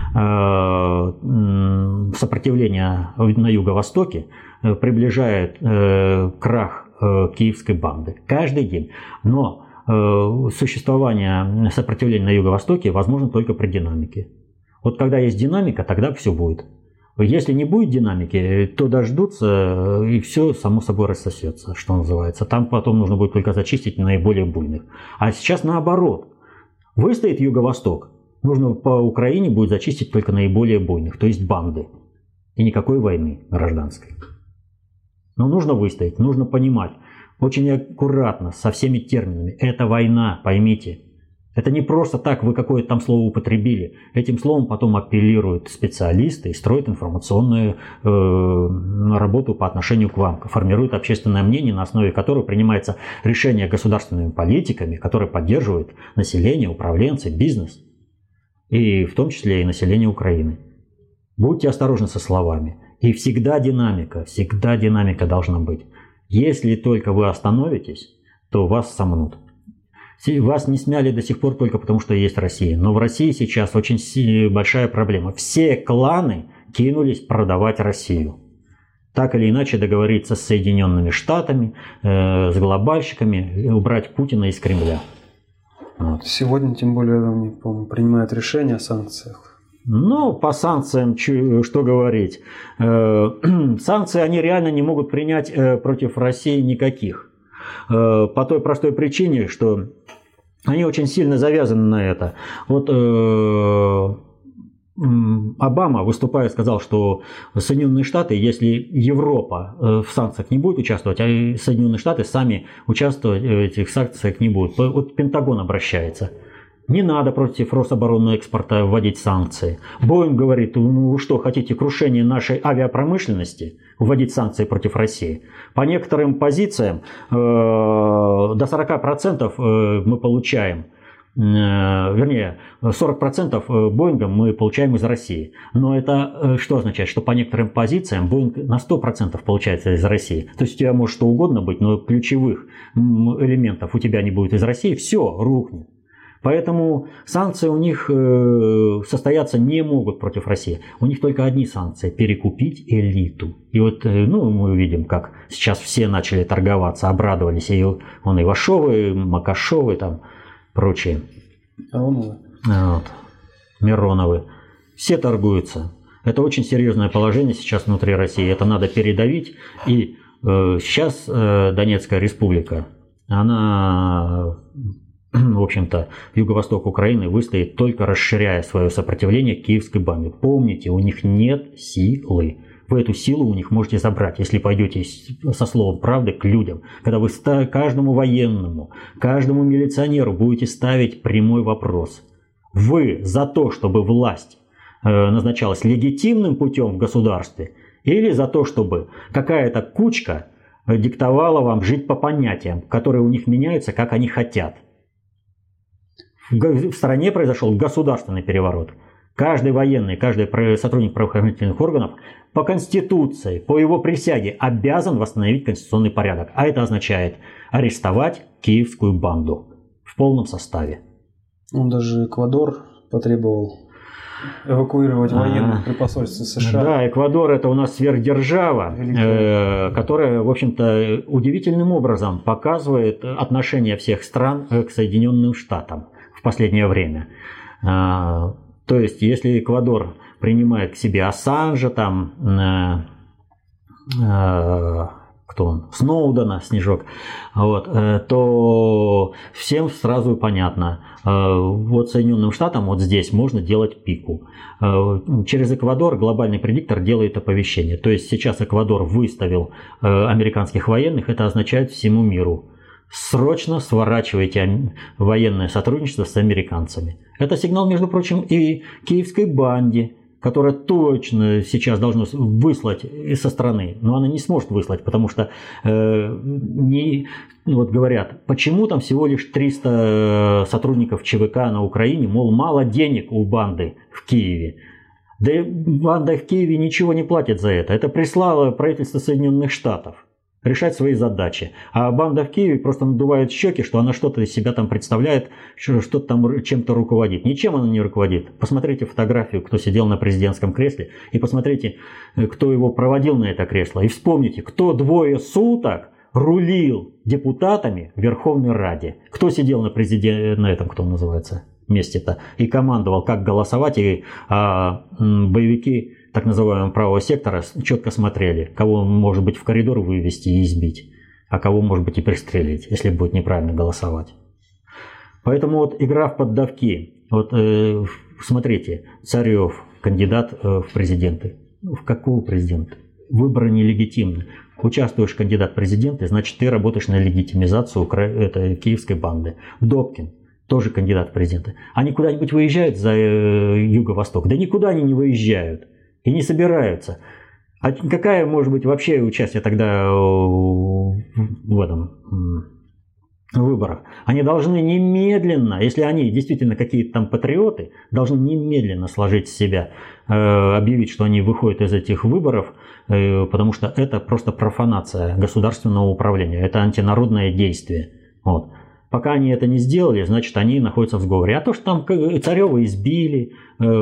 э, сопротивления на Юго-Востоке э, приближает э, крах э, киевской банды. Каждый день. Но э, существование сопротивления на Юго-Востоке возможно только при динамике. Вот когда есть динамика, тогда все будет. Если не будет динамики, то дождутся, и все само собой рассосется, что называется. Там потом нужно будет только зачистить наиболее буйных. А сейчас наоборот. Выстоит Юго-Восток, нужно по Украине будет зачистить только наиболее буйных, то есть банды. И никакой войны гражданской. Но нужно выстоять, нужно понимать. Очень аккуратно, со всеми терминами. Это война, поймите. Это не просто так, вы какое-то там слово употребили. Этим словом потом апеллируют специалисты и строят информационную э, работу по отношению к вам. Формируют общественное мнение, на основе которого принимается решение государственными политиками, которые поддерживают население, управленцы, бизнес. И в том числе и население Украины. Будьте осторожны со словами. И всегда динамика, всегда динамика должна быть. Если только вы остановитесь, то вас сомнут. Вас не смяли до сих пор только потому, что есть Россия. Но в России сейчас очень большая проблема. Все кланы кинулись продавать Россию. Так или иначе договориться с Соединенными Штатами, э, с глобальщиками, убрать Путина из Кремля. Вот. Сегодня, тем более, они, по-моему, принимают решение о санкциях. Ну, по санкциям, что говорить. Э, санкции они реально не могут принять э, против России никаких. По той простой причине, что они очень сильно завязаны на это. Вот э, Обама, выступая, сказал, что Соединенные Штаты, если Европа в санкциях не будет участвовать, а Соединенные Штаты сами участвовать в этих санкциях не будут. Вот Пентагон обращается. Не надо против Рособоронного экспорта вводить санкции. Боинг говорит, ну вы что, хотите крушение нашей авиапромышленности, вводить санкции против России? По некоторым позициям э, до сорока процентов мы получаем, э, вернее, сорок процентов Боингом мы получаем из России. Но это что означает? Что по некоторым позициям Боинг на сто процентов получается из России. То есть у тебя может что угодно быть, но ключевых элементов у тебя не будет из России, все рухнет. Поэтому санкции у них состояться не могут против России. У них только одни санкции – перекупить элиту. И вот ну, мы видим, как сейчас все начали торговаться, обрадовались. И он Ивашовы, Макашовы, там прочие. Мироновы. Вот. Мироновы. Все торгуются. Это очень серьезное положение сейчас внутри России. Это надо передавить. И э, сейчас э, Донецкая республика, она... в общем-то, юго-восток Украины выстоит, только расширяя свое сопротивление к киевской банде. Помните, у них нет силы. Вы эту силу у них можете забрать, если пойдете со словом правды к людям. Когда вы каждому военному, каждому милиционеру будете ставить прямой вопрос. Вы за то, чтобы власть назначалась легитимным путем в государстве, или за то, чтобы какая-то кучка диктовала вам жить по понятиям, которые у них меняются, как они хотят? В стране произошел государственный переворот. Каждый военный, каждый сотрудник правоохранительных органов по Конституции, по его присяге обязан восстановить конституционный порядок. А это означает арестовать киевскую банду в полном составе. Он даже Эквадор потребовал эвакуировать военных при посольстве США. Да, Эквадор — это у нас сверхдержава, э, которая, в общем-то, удивительным образом показывает отношение всех стран к Соединенным Штатам в последнее время. То есть, если Эквадор принимает к себе Ассанжа, там, кто он, Сноудена, Снежок, вот, то всем сразу понятно, вот Соединенным Штатам вот здесь можно делать пику. Через Эквадор глобальный предиктор делает оповещение. То есть сейчас Эквадор выставил американских военных, это означает всему миру. Срочно сворачивайте военное сотрудничество с американцами. Это сигнал, между прочим, и киевской банде, которая точно сейчас должна выслать со страны, но она не сможет выслать, потому что э, не, вот говорят, почему там всего лишь триста сотрудников ЧВК на Украине, мол, мало денег у банды в Киеве. Да и банда в Киеве ничего не платит за это. Это прислало правительство Соединенных Штатов решать свои задачи. А банда в Киеве просто надувает щеки, что она что-то из себя там представляет, что-то там чем-то руководит. Ничем она не руководит. Посмотрите фотографию, кто сидел на президентском кресле, и посмотрите, кто его проводил на это кресло. И вспомните, кто двое суток рулил депутатами в Верховной Раде. Кто сидел на, президент... на этом, кто называется, месте-то, и командовал, как голосовать, и а, боевики так называемого правого сектора четко смотрели, кого может быть в коридор вывести и избить, а кого может быть и пристрелить, если будет неправильно голосовать. Поэтому вот игра в поддавки. Вот э, смотрите, Царев, кандидат э, в президенты. В какого президента? Выборы нелегитимны. Участвуешь кандидат в президенты, значит ты работаешь на легитимизацию этой киевской банды. Добкин. Тоже кандидат в президенты. Они куда-нибудь выезжают за э, юго-восток? Да никуда они не выезжают. И не собираются. А какая может быть вообще участие тогда в этом в выборах? Они должны немедленно, если они действительно какие-то там патриоты, должны немедленно сложить с себя, э, объявить, что они выходят из этих выборов, э, потому что это просто профанация государственного управления. Это антинародное действие. Вот. Пока они это не сделали, значит, они находятся в сговоре. А то, что там Царева избили,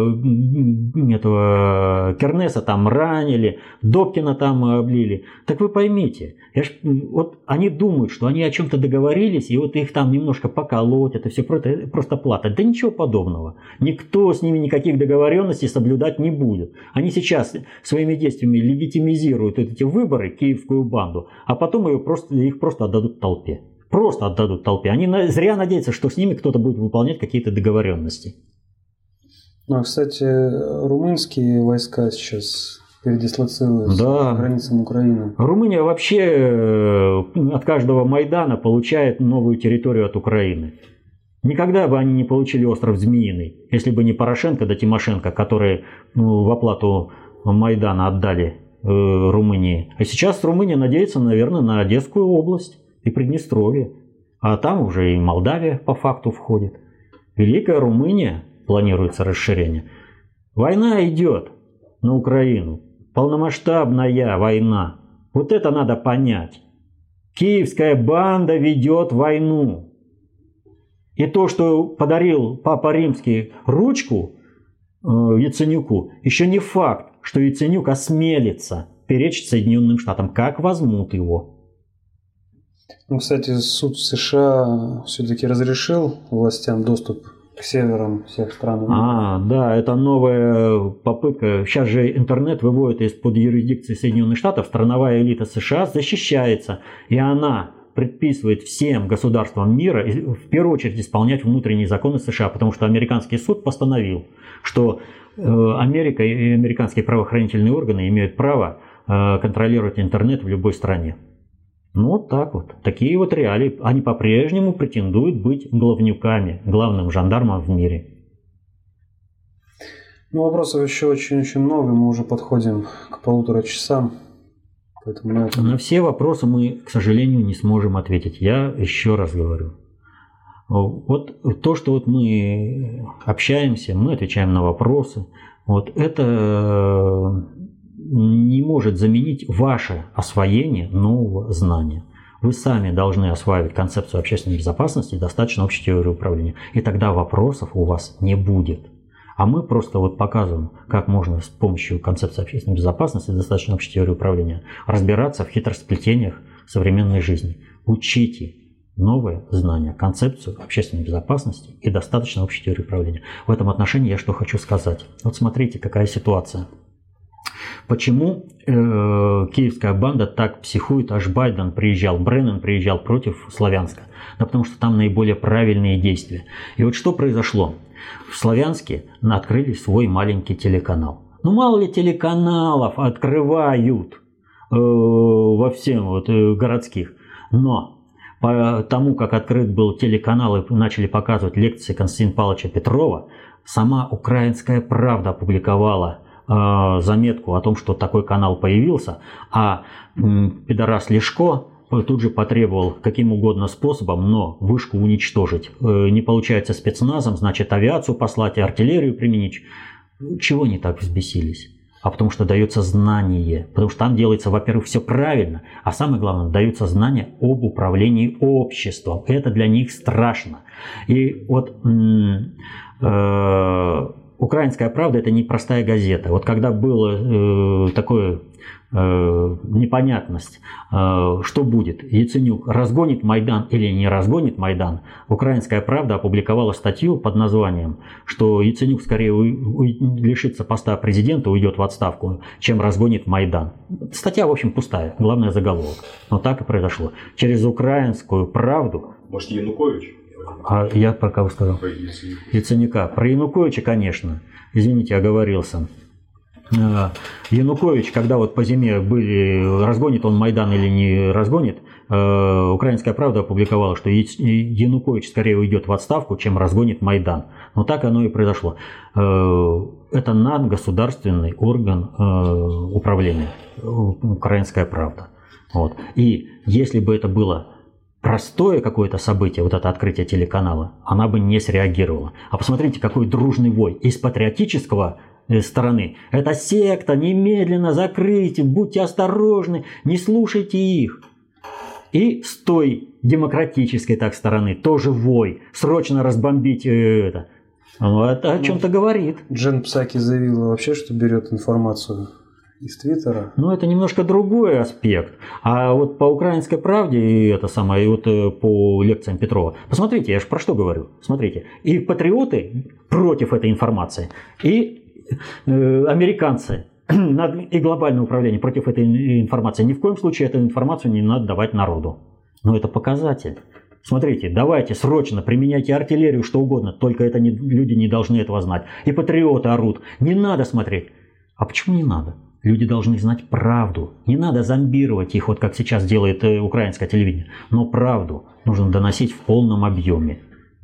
этого Кернеса там ранили, Добкина там облили, так вы поймите, я ж, вот они думают, что они о чем-то договорились, и вот их там немножко поколоть, это все просто, просто плата. Да ничего подобного. Никто с ними никаких договоренностей соблюдать не будет. Они сейчас своими действиями легитимизируют эти выборы, киевскую банду, а потом ее просто, их просто отдадут толпе. Просто отдадут толпе. Они зря надеются, что с ними кто-то будет выполнять какие-то договоренности. Ну, а, кстати, румынские войска сейчас передислоцируются да. к границам Украины. Румыния вообще от каждого Майдана получает новую территорию от Украины. Никогда бы они не получили остров Змеиный, если бы не Порошенко да Тимошенко, которые ну, в оплату Майдана отдали э, Румынии. А сейчас Румыния надеется, наверное, на Одесскую область и Приднестровье. А там уже и Молдавия по факту входит. Великая Румыния, планируется расширение. Война идет на Украину. Полномасштабная война. Вот это надо понять. Киевская банда ведет войну. И то, что подарил Папа Римский ручку э, Яценюку, еще не факт, что Яценюк осмелится перечить Соединенным Штатам. Как возьмут его? Ну, кстати, суд США все-таки разрешил властям доступ к серверам всех стран. А, да, это новая попытка. Сейчас же интернет выводит из-под юрисдикции Соединенных Штатов. Страновая элита США защищается. И она предписывает всем государствам мира в первую очередь исполнять внутренние законы США. Потому что американский суд постановил, что Америка и американские правоохранительные органы имеют право контролировать интернет в любой стране. Ну вот так вот. Такие вот реалии. Они по-прежнему претендуют быть главнюками, главным жандармом в мире. Ну, вопросов еще очень-очень много. Мы уже подходим к полутора часам. Поэтому на, этом... на все вопросы мы, к сожалению, не сможем ответить. Я еще раз говорю. Вот то, что вот мы общаемся, мы отвечаем на вопросы. Вот это... не может заменить ваше освоение нового знания. Вы сами должны осваивать концепцию общественной безопасности и достаточно общей теории управления. И тогда вопросов у вас не будет. А мы просто вот показываем, как можно с помощью концепции общественной безопасности и достаточно общей теории управления разбираться в хитросплетениях современной жизни. Учите новые знания, концепцию общественной безопасности и достаточно общей теории управления. В этом отношении я что хочу сказать. Вот смотрите, какая ситуация. Почему э, киевская банда так психует, аж Байден приезжал, Бреннан приезжал против Славянска? Да потому что там наиболее правильные действия. И вот что произошло? В Славянске открыли свой маленький телеканал. Ну мало ли телеканалов открывают э, во всем вот, э, городских. Но по тому, как открыт был телеканал и начали показывать лекции Константина Павловича Петрова, сама «Украинская правда» опубликовала э, заметку о том, что такой канал появился, а э, пидорас Лешко тут же потребовал каким угодно способом, но вышку уничтожить. Э, не получается спецназом, значит авиацию послать и артиллерию применить. Чего они так взбесились? А потому что дается знание. Потому что там делается, во-первых, все правильно, а самое главное, даются знания об управлении обществом. Это для них страшно. И вот э, «Украинская правда» — это не простая газета. Вот когда было э, такое э, непонятность, э, что будет, Яценюк разгонит Майдан или не разгонит Майдан, «Украинская правда» опубликовала статью под названием, что Яценюк скорее у, у, лишится поста президента, уйдет в отставку, чем разгонит Майдан. Статья, в общем, пустая, главное заголовок. Но так и произошло. Через «Украинскую правду». Может, Янукович? А я про кого сказал? Про Яценюка. Яценюка. Про Януковича, конечно. Извините, оговорился. Янукович, когда вот по зиме были, разгонит он Майдан или не разгонит, «Украинская правда» опубликовала, что Янукович скорее уйдет в отставку, чем разгонит Майдан. Но так оно и произошло. Это надгосударственный орган управления, «Украинская правда». Вот. И если бы это было простое какое-то событие, вот это открытие телеканала, она бы не среагировала. А посмотрите, какой дружный вой из патриотического стороны. Это секта, немедленно закрыть, будьте осторожны, не слушайте их. И с той демократической так стороны тоже вой, срочно разбомбить это. Ну, это о чем-то говорит. Джен Псаки заявила вообще, что берет информацию из Твиттера. Ну, это немножко другой аспект. А вот по «Украинской правде» и это самое, и вот по лекциям Петрова. Посмотрите, я же про что говорю. Смотрите, и патриоты против этой информации, и э, американцы и глобальное управление против этой информации. Ни в коем случае эту информацию не надо давать народу. Но это показатель. Смотрите, давайте срочно применяйте артиллерию, что угодно, только это не, люди не должны этого знать. И патриоты орут. Не надо смотреть. А почему не надо? Люди должны знать правду. Не надо зомбировать их, вот как сейчас делает украинское телевидение. Но правду нужно доносить в полном объеме.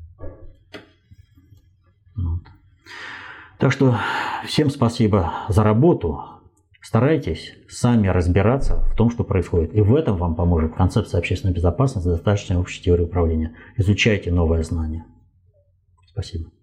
Вот. Так что всем спасибо за работу. Старайтесь сами разбираться в том, что происходит. И в этом вам поможет концепция общественной безопасности, достаточная общей теории управления. Изучайте новые знания. Спасибо.